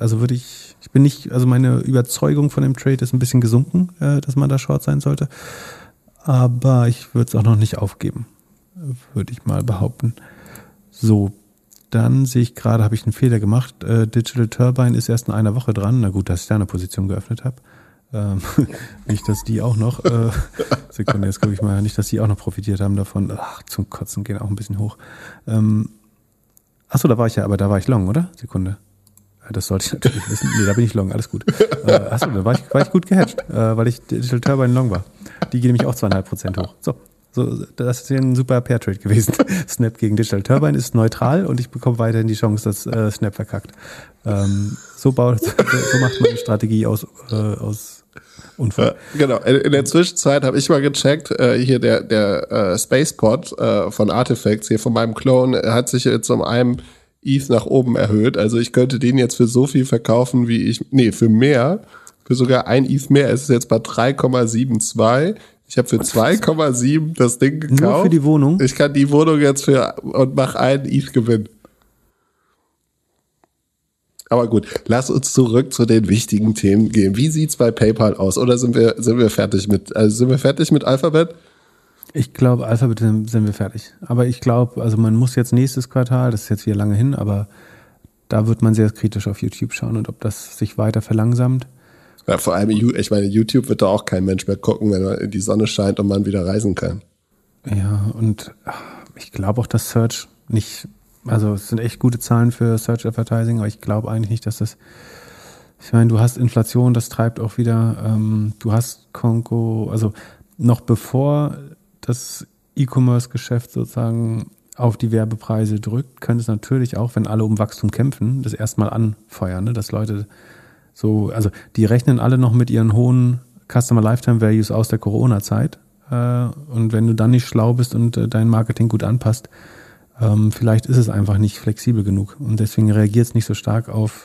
B: meine Überzeugung von dem Trade ist ein bisschen gesunken, dass man da short sein sollte. Aber ich würde es auch noch nicht aufgeben, würde ich mal behaupten. So, dann sehe ich gerade, habe ich einen Fehler gemacht. Digital Turbine ist erst in einer Woche dran. Na gut, dass ich da eine Position geöffnet habe. Nicht, dass die auch noch Sekunde, jetzt gucke ich mal, nicht, dass die auch noch profitiert haben davon. Ach, zum Kotzen gehen auch ein bisschen hoch. Achso, da war ich long, oder? Sekunde. Das sollte ich natürlich wissen. Nee, da bin ich long, alles gut. Achso, da war ich gut gehatcht, weil ich Digital Turbine long war. Die gehen nämlich auch 2,5% hoch. So, das ist ein super Pair-Trade gewesen. Snap gegen Digital Turbine ist neutral und ich bekomme weiterhin die Chance, dass Snap verkackt. So macht man die Strategie aus Unfall.
A: Genau, in der Zwischenzeit habe ich mal gecheckt, hier der Spacepod von Artifacts, hier von meinem Clone, hat sich jetzt um einem ETH nach oben erhöht. Also ich könnte den jetzt für so viel verkaufen, für mehr, für sogar ein ETH mehr. Es ist jetzt bei 3,72. Ich habe für 2,7 das Ding gekauft.
B: Nur für die Wohnung?
A: Ich kann die Wohnung jetzt und mache einen ETH-Gewinn. Aber gut, lass uns zurück zu den wichtigen Themen gehen. Wie sieht's bei PayPal aus? Oder sind wir fertig mit Alphabet?
B: Ich glaube, Alphabet sind wir fertig. Aber ich glaube, also man muss jetzt nächstes Quartal, das ist jetzt wieder lange hin, aber da wird man sehr kritisch auf YouTube schauen und ob das sich weiter verlangsamt.
A: Ja, vor allem, ich meine, YouTube wird da auch kein Mensch mehr gucken, wenn die Sonne scheint und man wieder reisen kann.
B: Ja, und ich glaube auch, dass Search nicht, also es sind echt gute Zahlen für Search Advertising, aber ich glaube eigentlich nicht, dass das, ich meine, du hast Inflation, das treibt auch wieder, du hast Konko, also noch bevor das E-Commerce-Geschäft sozusagen auf die Werbepreise drückt, könnte es natürlich auch, wenn alle um Wachstum kämpfen, das erstmal anfeuern, ne? Dass Leute so, also die rechnen alle noch mit ihren hohen Customer Lifetime Values aus der Corona-Zeit. Und wenn du dann nicht schlau bist und dein Marketing gut anpasst, vielleicht ist es einfach nicht flexibel genug. Und deswegen reagiert es nicht so stark auf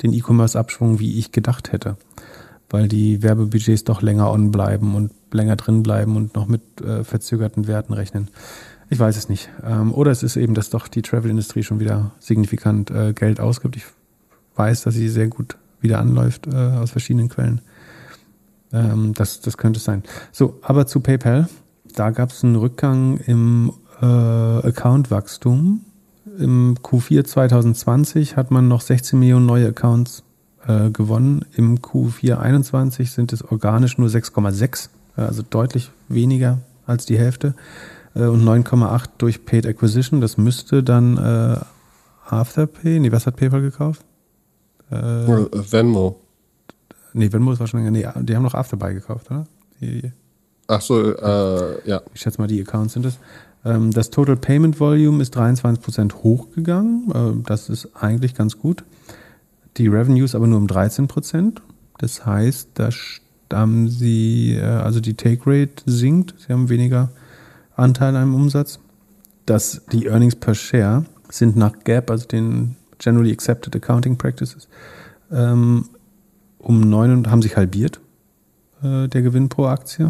B: den E-Commerce-Abschwung, wie ich gedacht hätte. Weil die Werbebudgets doch länger on bleiben und länger drin bleiben und noch mit verzögerten Werten rechnen. Ich weiß es nicht. Oder es ist eben, dass doch die Travel-Industrie schon wieder signifikant Geld ausgibt. Ich weiß, dass sie sehr gut wieder anläuft aus verschiedenen Quellen. Das könnte es sein. So, aber zu PayPal. Da gab es einen Rückgang im Account-Wachstum. Im Q4 2020 hat man noch 16 Millionen neue Accounts gewonnen. Im Q4 21 sind es organisch nur 6,6, also deutlich weniger als die Hälfte. Und 9,8 durch Paid Acquisition. Das müsste dann Afterpay. Nee, was hat PayPal gekauft?
A: Venmo.
B: Nee, Venmo ist wahrscheinlich. Nee, die haben noch Afterpay gekauft, oder?
A: Ach so, ja.
B: Ich schätze mal, die Accounts sind es. Das Total Payment Volume ist 23% hochgegangen. Das ist eigentlich ganz gut. Die Revenues aber nur um 13%. Das heißt, da haben sie, also die Take Rate sinkt. Sie haben weniger Anteil am Umsatz. Die Earnings per Share sind nach GAAP, also den Generally Accepted Accounting Practices, haben sich halbiert, der Gewinn pro Aktie.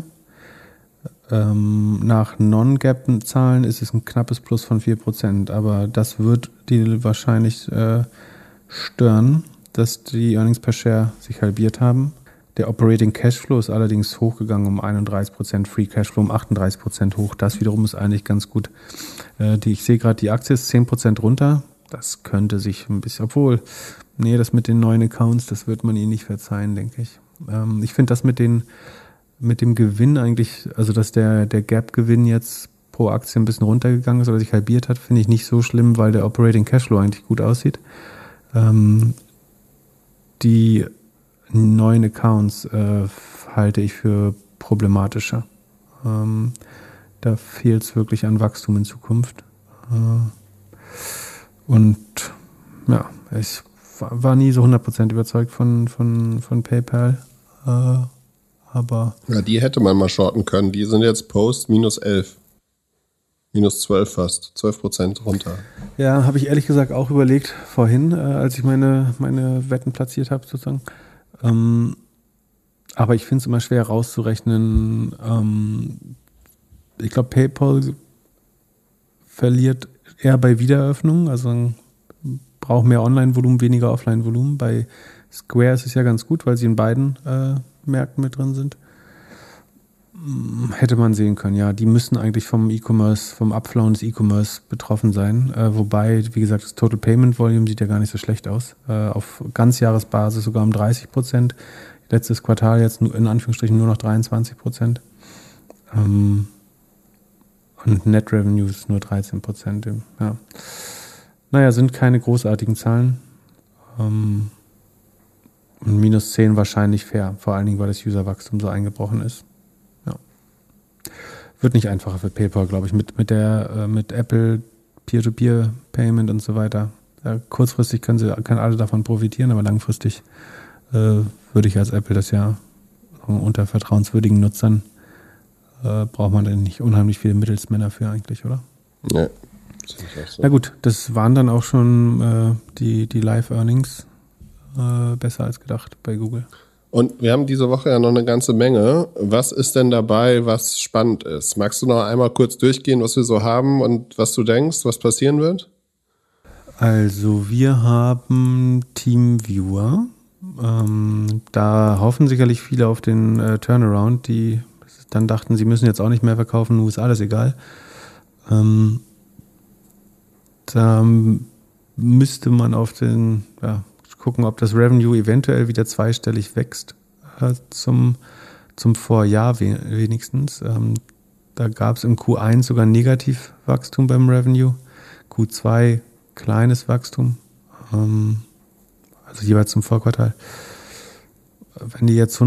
B: Nach Non-GAAP-Zahlen ist es ein knappes Plus von 4%, aber das wird die wahrscheinlich stören, dass die Earnings per Share sich halbiert haben. Der Operating Cashflow ist allerdings hochgegangen um 31%, Free Cashflow um 38% hoch. Das wiederum ist eigentlich ganz gut. Ich sehe gerade, die Aktie ist 10% runter. Das könnte sich ein bisschen, das mit den neuen Accounts, das wird man ihnen nicht verzeihen, denke ich. Ich finde das mit dem Gewinn eigentlich, also dass der Gap-Gewinn jetzt pro Aktie ein bisschen runtergegangen ist oder sich halbiert hat, finde ich nicht so schlimm, weil der Operating Cashflow eigentlich gut aussieht. Die neuen Accounts halte ich für problematischer. Da fehlt es wirklich an Wachstum in Zukunft. Und ja, ich war nie so 100% überzeugt von PayPal. Aber
A: ja, die hätte man mal shorten können. Die sind jetzt Post minus 11. Minus 12 fast. 12% runter.
B: Ja, habe ich ehrlich gesagt auch überlegt vorhin, als ich meine Wetten platziert habe sozusagen. Aber ich finde es immer schwer rauszurechnen. Ich glaube, PayPal verliert eher bei Wiedereröffnung, also braucht mehr Online-Volumen, weniger Offline-Volumen. Bei Square ist es ja ganz gut, weil sie in beiden Märkten mit drin sind. Hätte man sehen können, ja. Die müssen eigentlich vom E-Commerce, vom Abflauen des E-Commerce betroffen sein. Wobei, wie gesagt, das Total Payment Volume sieht ja gar nicht so schlecht aus. Auf Ganzjahresbasis sogar um 30%. Letztes Quartal jetzt in Anführungsstrichen nur noch 23%. Und Net Revenues nur 13%. Ja. Naja, sind keine großartigen Zahlen. Und minus 10 wahrscheinlich fair. Vor allen Dingen, weil das Userwachstum so eingebrochen ist. Ja. Wird nicht einfacher für PayPal, glaube ich, mit Apple Peer-to-Peer-Payment und so weiter. Ja, kurzfristig können alle davon profitieren, aber langfristig würde ich als Apple das ja unter vertrauenswürdigen Nutzern braucht man dann nicht unheimlich viele Mittelsmänner für eigentlich, oder?
A: Ja. So.
B: Na gut, das waren dann auch schon die Live-Earnings besser als gedacht bei Google.
A: Und wir haben diese Woche ja noch eine ganze Menge. Was ist denn dabei, was spannend ist? Magst du noch einmal kurz durchgehen, was wir so haben und was du denkst, was passieren wird?
B: Also wir haben TeamViewer. Da hoffen sicherlich viele auf den Turnaround, die dann dachten, sie müssen jetzt auch nicht mehr verkaufen, nun ist alles egal. Da müsste man gucken, ob das Revenue eventuell wieder zweistellig wächst zum Vorjahr wenigstens. Da gab es im Q1 sogar Negativwachstum beim Revenue, Q2 kleines Wachstum, also jeweils zum Vorquartal. Wenn die jetzt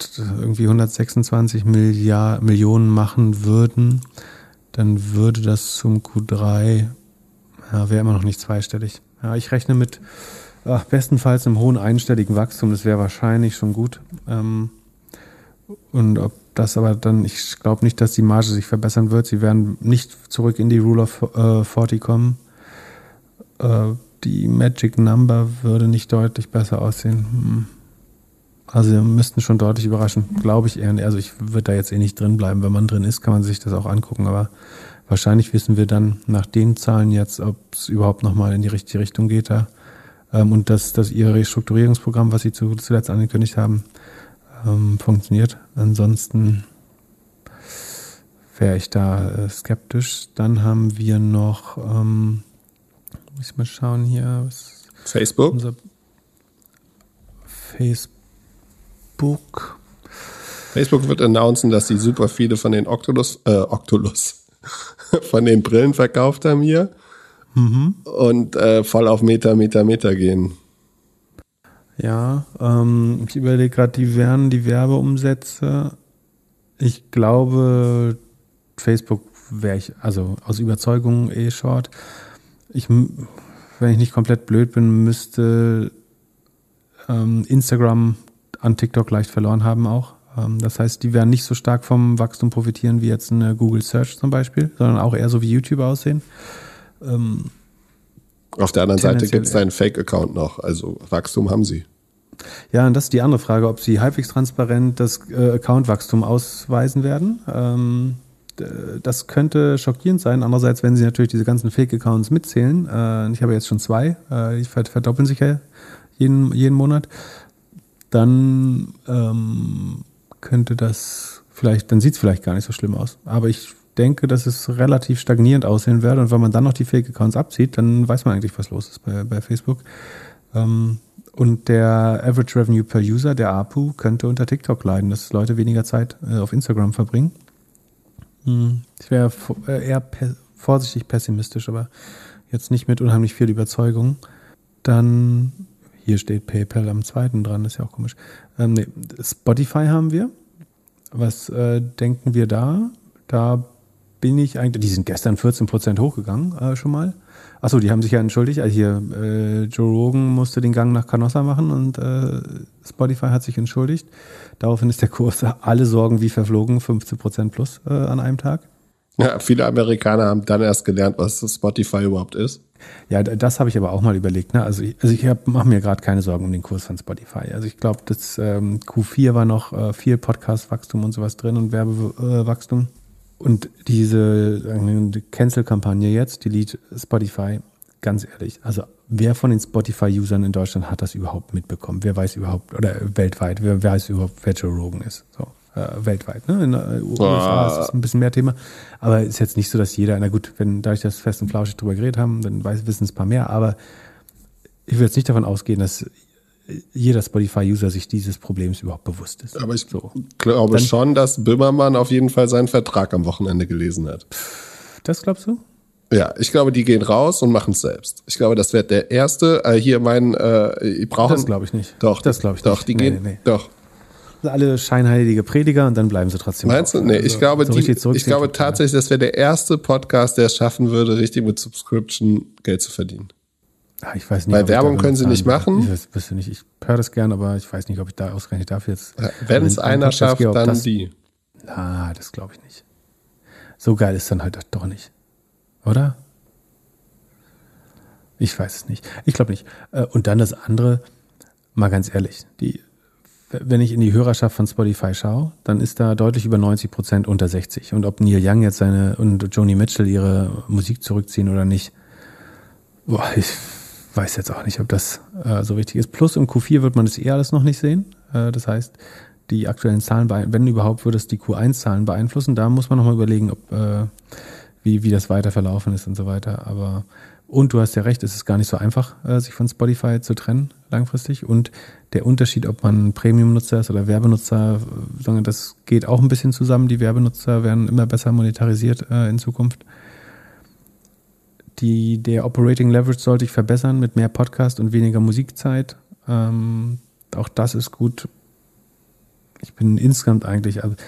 B: 126 Millionen machen würden, dann würde das zum Q3, wäre immer noch nicht zweistellig. Ja, ich rechne mit bestenfalls einem hohen einstelligen Wachstum, das wäre wahrscheinlich schon gut. Und ob das aber dann, ich glaube nicht, dass die Marge sich verbessern wird. Sie werden nicht zurück in die Rule of 40 kommen. die Magic Number würde nicht deutlich besser aussehen. Also wir müssten schon deutlich überraschen, glaube ich eher. Also ich würde da jetzt nicht drin bleiben. Wenn man drin ist, kann man sich das auch angucken. Aber wahrscheinlich wissen wir dann nach den Zahlen jetzt, ob es überhaupt nochmal in die richtige Richtung geht da. Und dass ihr Restrukturierungsprogramm, was sie zuletzt angekündigt haben, funktioniert. Ansonsten wäre ich da skeptisch. Dann haben wir noch, muss ich mal schauen hier.
A: Facebook? Facebook wird announcen, dass sie super viele von den Oculus von den Brillen verkauft haben hier und voll auf Meta gehen.
B: Ja, ich überlege gerade, die Werbeumsätze. Ich glaube, Facebook wäre ich, also aus Überzeugung short. Wenn ich nicht komplett blöd bin, müsste Instagram an TikTok leicht verloren haben auch. Das heißt, die werden nicht so stark vom Wachstum profitieren wie jetzt eine Google Search zum Beispiel, sondern auch eher so wie YouTube aussehen.
A: Auf der anderen Seite gibt es einen Fake-Account noch, also Wachstum haben sie.
B: Ja, und das ist die andere Frage, ob sie halbwegs transparent das Account-Wachstum ausweisen werden. Das könnte schockierend sein. Andererseits, wenn sie natürlich diese ganzen Fake-Accounts mitzählen, ich habe jetzt schon 2, die verdoppeln sich ja jeden Monat, dann könnte das vielleicht, dann sieht es vielleicht gar nicht so schlimm aus. Aber ich denke, dass es relativ stagnierend aussehen wird. Und wenn man dann noch die Fake-Accounts abzieht, dann weiß man eigentlich, was los ist bei Facebook. Und der Average Revenue per User, der ARPU, könnte unter TikTok leiden, dass Leute weniger Zeit auf Instagram verbringen. Ich wäre eher vorsichtig pessimistisch, aber jetzt nicht mit unheimlich viel Überzeugung. Dann, hier steht PayPal am 2. dran, ist ja auch komisch. Spotify haben wir. Was denken wir da? Da bin ich eigentlich, die sind gestern 14% hochgegangen schon mal. Achso, die haben sich ja entschuldigt. Also hier, Joe Rogan musste den Gang nach Canossa machen und Spotify hat sich entschuldigt. Daraufhin ist der Kurs alle Sorgen wie verflogen, 15% plus an einem Tag.
A: Ja, viele Amerikaner haben dann erst gelernt, was Spotify überhaupt ist.
B: Ja, das habe ich aber auch mal überlegt. Ne? Also ich mache mir gerade keine Sorgen um den Kurs von Spotify. Also ich glaube, das Q4 war noch viel Podcast-Wachstum und sowas drin und Werbewachstum. Und diese Cancel-Kampagne jetzt, Delete Spotify, ganz ehrlich, also wer von den Spotify-Usern in Deutschland hat das überhaupt mitbekommen? Wer weiß überhaupt, oder weltweit, wer weiß überhaupt, wer Joe Rogan ist? So, weltweit, ne? In den USA ist das ein bisschen mehr Thema. Aber ist jetzt nicht so, dass jeder, na gut, dadurch, dass Fest und Flauschig drüber geredet haben, dann wissen es ein paar mehr, aber ich will jetzt nicht davon ausgehen, dass jeder Spotify-User sich dieses Problems überhaupt bewusst ist.
A: Aber ich glaube schon, dass Böhmermann auf jeden Fall seinen Vertrag am Wochenende gelesen hat.
B: Das glaubst du?
A: Ja, ich glaube, die gehen raus und machen es selbst. Ich glaube, das wird der erste. Hier
B: Das glaube ich nicht.
A: Doch,
B: das glaube ich
A: doch,
B: nicht.
A: Die gehen.
B: Nee.
A: Doch.
B: Alle scheinheilige Prediger und dann bleiben sie trotzdem.
A: Meinst du? Nee, ich glaube, tatsächlich, das wäre der erste Podcast, der es schaffen würde, richtig mit Subscription Geld zu verdienen.
B: Ich weiß nicht.
A: Weil Werbung können sie nicht machen.
B: Ich höre das gern, aber ich weiß nicht, ob ich da ausgerechnet dafür jetzt.
A: Wenn es einer schafft, dann die.
B: Das glaube ich nicht. So geil ist dann halt doch nicht. Oder? Ich weiß es nicht. Ich glaube nicht. Und dann das andere, mal ganz ehrlich, wenn ich in die Hörerschaft von Spotify schaue, dann ist da deutlich über 90% unter 60. Und ob Neil Young jetzt und Joni Mitchell ihre Musik zurückziehen oder nicht, ich weiß jetzt auch nicht, ob das so wichtig ist. Plus im Q4 wird man das alles noch nicht sehen. Das heißt, die aktuellen Zahlen, wenn überhaupt, würde es die Q1-Zahlen beeinflussen. Da muss man nochmal überlegen, wie das weiter verlaufen ist und so weiter. Und du hast ja recht, es ist gar nicht so einfach, sich von Spotify zu trennen langfristig. Und der Unterschied, ob man Premium-Nutzer ist oder Werbenutzer, sondern das geht auch ein bisschen zusammen. Die Werbenutzer werden immer besser monetarisiert in Zukunft. Der Operating Leverage sollte ich verbessern mit mehr Podcast und weniger Musikzeit. Auch das ist gut. Ich bin insgesamt eigentlich, also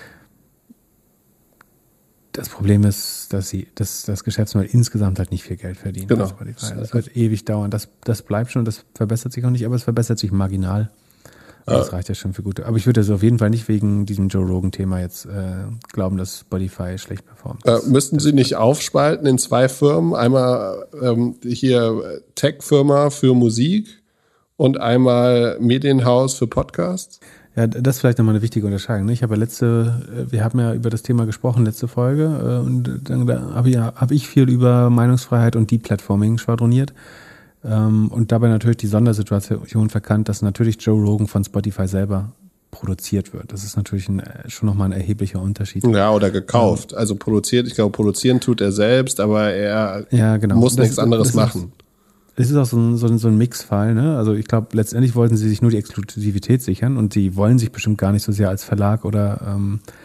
B: das Problem ist, dass das Geschäftsmodell insgesamt halt nicht viel Geld verdient.
A: Genau.
B: Das wird ewig dauern. Das bleibt schon, das verbessert sich auch nicht, aber es verbessert sich marginal. Aber das reicht ja schon für gute. Aber ich würde also auf jeden Fall nicht wegen diesem Joe Rogan-Thema jetzt glauben, dass Spotify schlecht performt.
A: Müssten Sie nicht aufspalten in 2 Firmen? Einmal hier Tech-Firma für Musik und einmal Medienhaus für Podcasts?
B: Ja, das ist vielleicht nochmal eine wichtige Unterscheidung. Ne? Wir haben ja über das Thema gesprochen, letzte Folge, und dann habe ich viel über Meinungsfreiheit und Deplatforming schwadroniert. Und dabei natürlich die Sondersituation verkannt, dass natürlich Joe Rogan von Spotify selber produziert wird. Das ist natürlich schon nochmal ein erheblicher Unterschied.
A: Ja, oder gekauft. Also produziert, ich glaube, produzieren tut er selbst, aber er muss nichts anderes machen.
B: Es ist auch so ein Mixfall, ne? Also ich glaube, letztendlich wollten sie sich nur die Exklusivität sichern und sie wollen sich bestimmt gar nicht so sehr als Verlag oder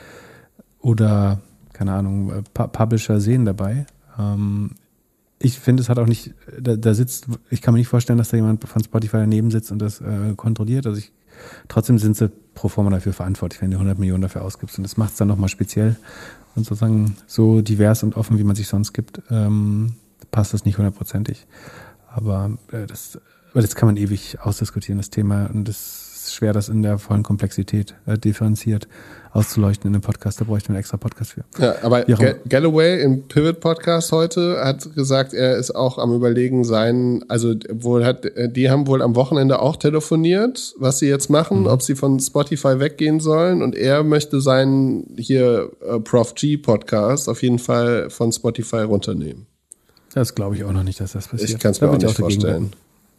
B: keine Ahnung, Publisher sehen dabei. Ich finde, es hat auch nicht, ich kann mir nicht vorstellen, dass da jemand von Spotify daneben sitzt und das kontrolliert. Also trotzdem sind sie pro forma dafür verantwortlich, wenn du 100 Millionen dafür ausgibst. Und das macht es dann nochmal speziell und sozusagen so divers und offen, wie man sich sonst gibt, passt das nicht 100%ig. Aber das kann man ewig ausdiskutieren, das Thema. Und das ist schwer, das in der vollen Komplexität differenziert auszuleuchten in einem Podcast. Da bräuchte man einen extra Podcast für.
A: Ja, aber Galloway im Pivot-Podcast heute hat gesagt, er ist auch am Überlegen die haben wohl am Wochenende auch telefoniert, was sie jetzt machen, ob sie von Spotify weggehen sollen. Und er möchte seinen hier Prof G-Podcast auf jeden Fall von Spotify runternehmen.
B: Das glaube ich auch noch nicht, dass das passiert.
A: Ich kann es mir auch nicht vorstellen.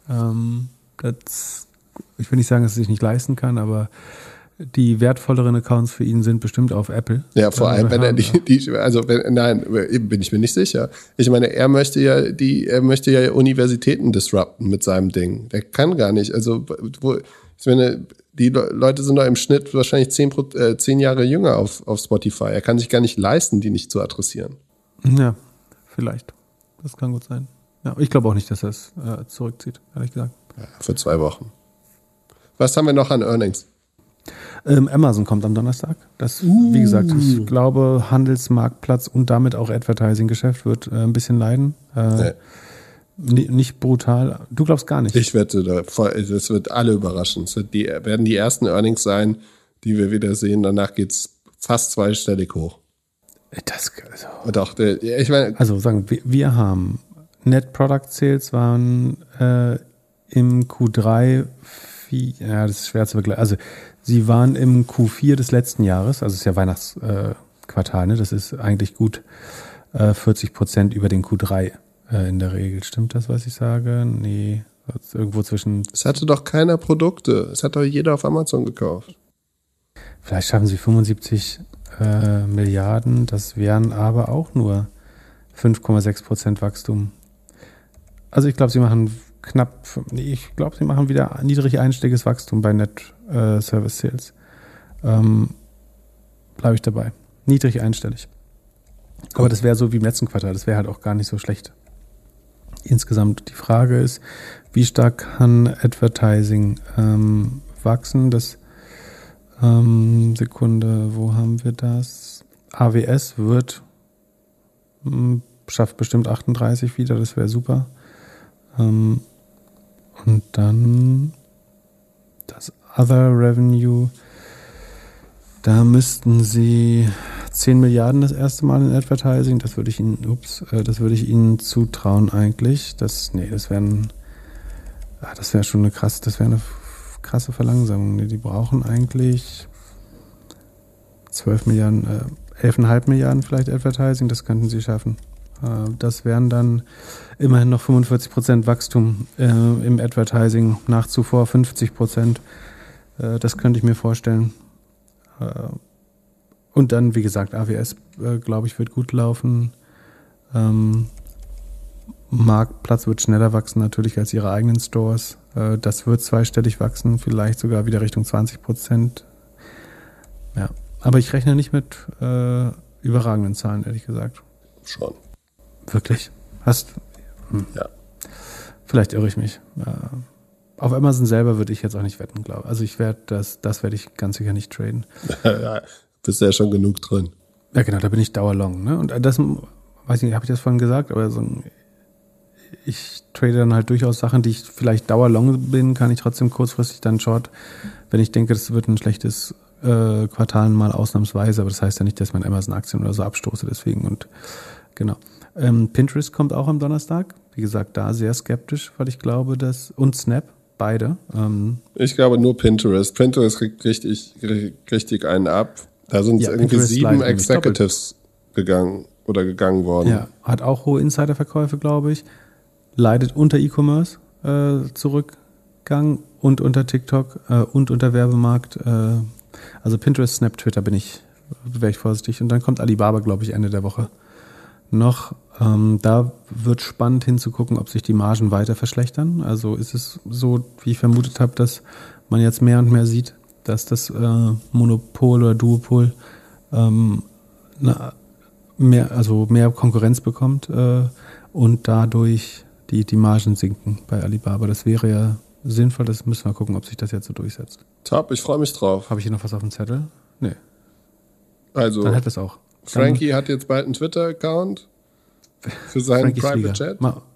B: Ich will nicht sagen, dass er sich nicht leisten kann, aber die wertvolleren Accounts für ihn sind bestimmt auf Apple.
A: Ja, vor allem, wenn er bin ich mir nicht sicher. Ich meine, er möchte ja Universitäten disrupten mit seinem Ding. Der kann gar nicht. Also, ich meine, die Leute sind doch im Schnitt wahrscheinlich 10 Jahre jünger auf Spotify. Er kann sich gar nicht leisten, die nicht zu adressieren.
B: Ja, vielleicht. Das kann gut sein. Ja, ich glaube auch nicht, dass er es zurückzieht, ehrlich gesagt.
A: Ja, für 2 Wochen. Was haben wir noch an Earnings?
B: Amazon kommt am Donnerstag. Das, wie gesagt, ich glaube, Handelsmarktplatz und damit auch Advertising-Geschäft wird ein bisschen leiden. Nicht brutal. Du glaubst gar nicht.
A: Ich wette, das wird alle überraschen. Werden die ersten Earnings sein, die wir wieder sehen. Danach geht es fast 2-stellig hoch.
B: Also sagen wir haben Net Product Sales waren im Q3 das ist schwer zu vergleichen. Also sie waren im Q4 des letzten Jahres, also es ist ja Weihnachtsquartal, ne? Das ist eigentlich gut 40% über den Q3 in der Regel. Stimmt das, was ich sage? Nee, irgendwo zwischen.
A: Es hatte doch keiner Produkte. Es hat doch jeder auf Amazon gekauft.
B: Vielleicht schaffen sie 75 Milliarden, das wären aber auch nur 5,6% Wachstum. Also ich glaube, sie machen sie machen wieder niedrig einstelliges Wachstum bei Net Service Sales. Bleibe ich dabei. Niedrig einstellig. Aber das wäre so wie im letzten Quartal, das wäre halt auch gar nicht so schlecht. Insgesamt die Frage ist, wie stark kann Advertising wachsen? Sekunde, wo haben wir das? AWS schafft bestimmt 38 wieder, das wäre super. Und dann das Other Revenue, da müssten sie 10 Milliarden das erste Mal in Advertising, das würde ich ihnen zutrauen eigentlich. Das wäre schon eine krasse Verlangsamung. Die brauchen eigentlich 12 Milliarden, 11,5 Milliarden vielleicht Advertising, das könnten sie schaffen. Das wären dann immerhin noch 45% Wachstum im Advertising, nach zuvor 50%. Das könnte ich mir vorstellen. Und dann, wie gesagt, AWS, glaube ich, wird gut laufen. Marktplatz wird schneller wachsen natürlich als ihre eigenen Stores. Das wird zweistellig wachsen, vielleicht sogar wieder Richtung 20%. Ja, aber ich rechne nicht mit überragenden Zahlen, ehrlich gesagt.
A: Schon.
B: Wirklich?
A: Ja.
B: Vielleicht irre ich mich. Auf Amazon selber würde ich jetzt auch nicht wetten, glaube ich. Also das werde ich ganz sicher nicht traden.
A: Ja, bist ja schon genug drin.
B: Ja, genau, da bin ich dauerlong. Ne? Und das, weiß nicht, habe ich das vorhin gesagt, aber ich trade dann halt durchaus Sachen, die ich vielleicht dauerlong bin, kann ich trotzdem kurzfristig dann Short, wenn ich denke, das wird ein schlechtes Quartal mal ausnahmsweise, aber das heißt ja nicht, dass man Amazon-Aktien oder so abstoße, deswegen und genau. Pinterest kommt auch am Donnerstag, wie gesagt, da sehr skeptisch, weil ich glaube, dass, und Snap, beide.
A: Ich glaube nur Pinterest. Pinterest kriegt richtig einen ab. Da sind irgendwie
B: Pinterest
A: 7 Executives gegangen worden.
B: Ja, hat auch hohe Insiderverkäufe, glaube ich. Leidet unter E-Commerce Zurückgang und unter TikTok und unter Werbemarkt. Also Pinterest, Snap, Twitter wäre ich vorsichtig. Und dann kommt Alibaba, glaube ich, Ende der Woche noch. Da wird spannend hinzugucken, ob sich die Margen weiter verschlechtern. Also ist es so, wie ich vermutet habe, dass man jetzt mehr und mehr sieht, dass das Monopol oder Duopol mehr Konkurrenz bekommt und dadurch die Margen sinken bei Alibaba. Das wäre ja sinnvoll, das müssen wir gucken, ob sich das jetzt so durchsetzt.
A: Top, ich freue mich drauf.
B: Habe ich hier noch was auf dem Zettel? Nee.
A: Also,
B: dann hat es auch.
A: Frankie hat jetzt bald einen Twitter-Account für seinen Private Chat.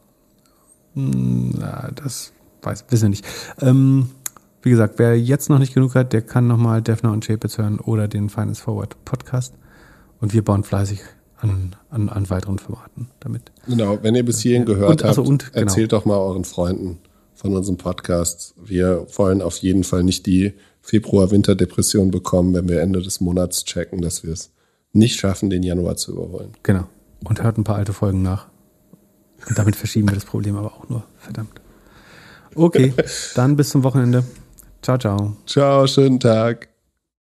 B: Das wissen wir nicht. Wie gesagt, wer jetzt noch nicht genug hat, der kann nochmal Defner und Chapitz hören oder den Finance Forward Podcast. Und wir bauen fleißig an weiteren Formaten damit.
A: Genau, wenn ihr bis hierhin gehört habt, erzählt doch mal euren Freunden von unserem Podcast. Wir wollen auf jeden Fall nicht die Februar-Winterdepression bekommen, wenn wir Ende des Monats checken, dass wir es nicht schaffen, den Januar zu überholen.
B: Genau. Und hört ein paar alte Folgen nach. Und damit verschieben wir das Problem aber auch nur. Verdammt. Okay, dann bis zum Wochenende. Ciao, ciao.
A: Ciao, schönen Tag.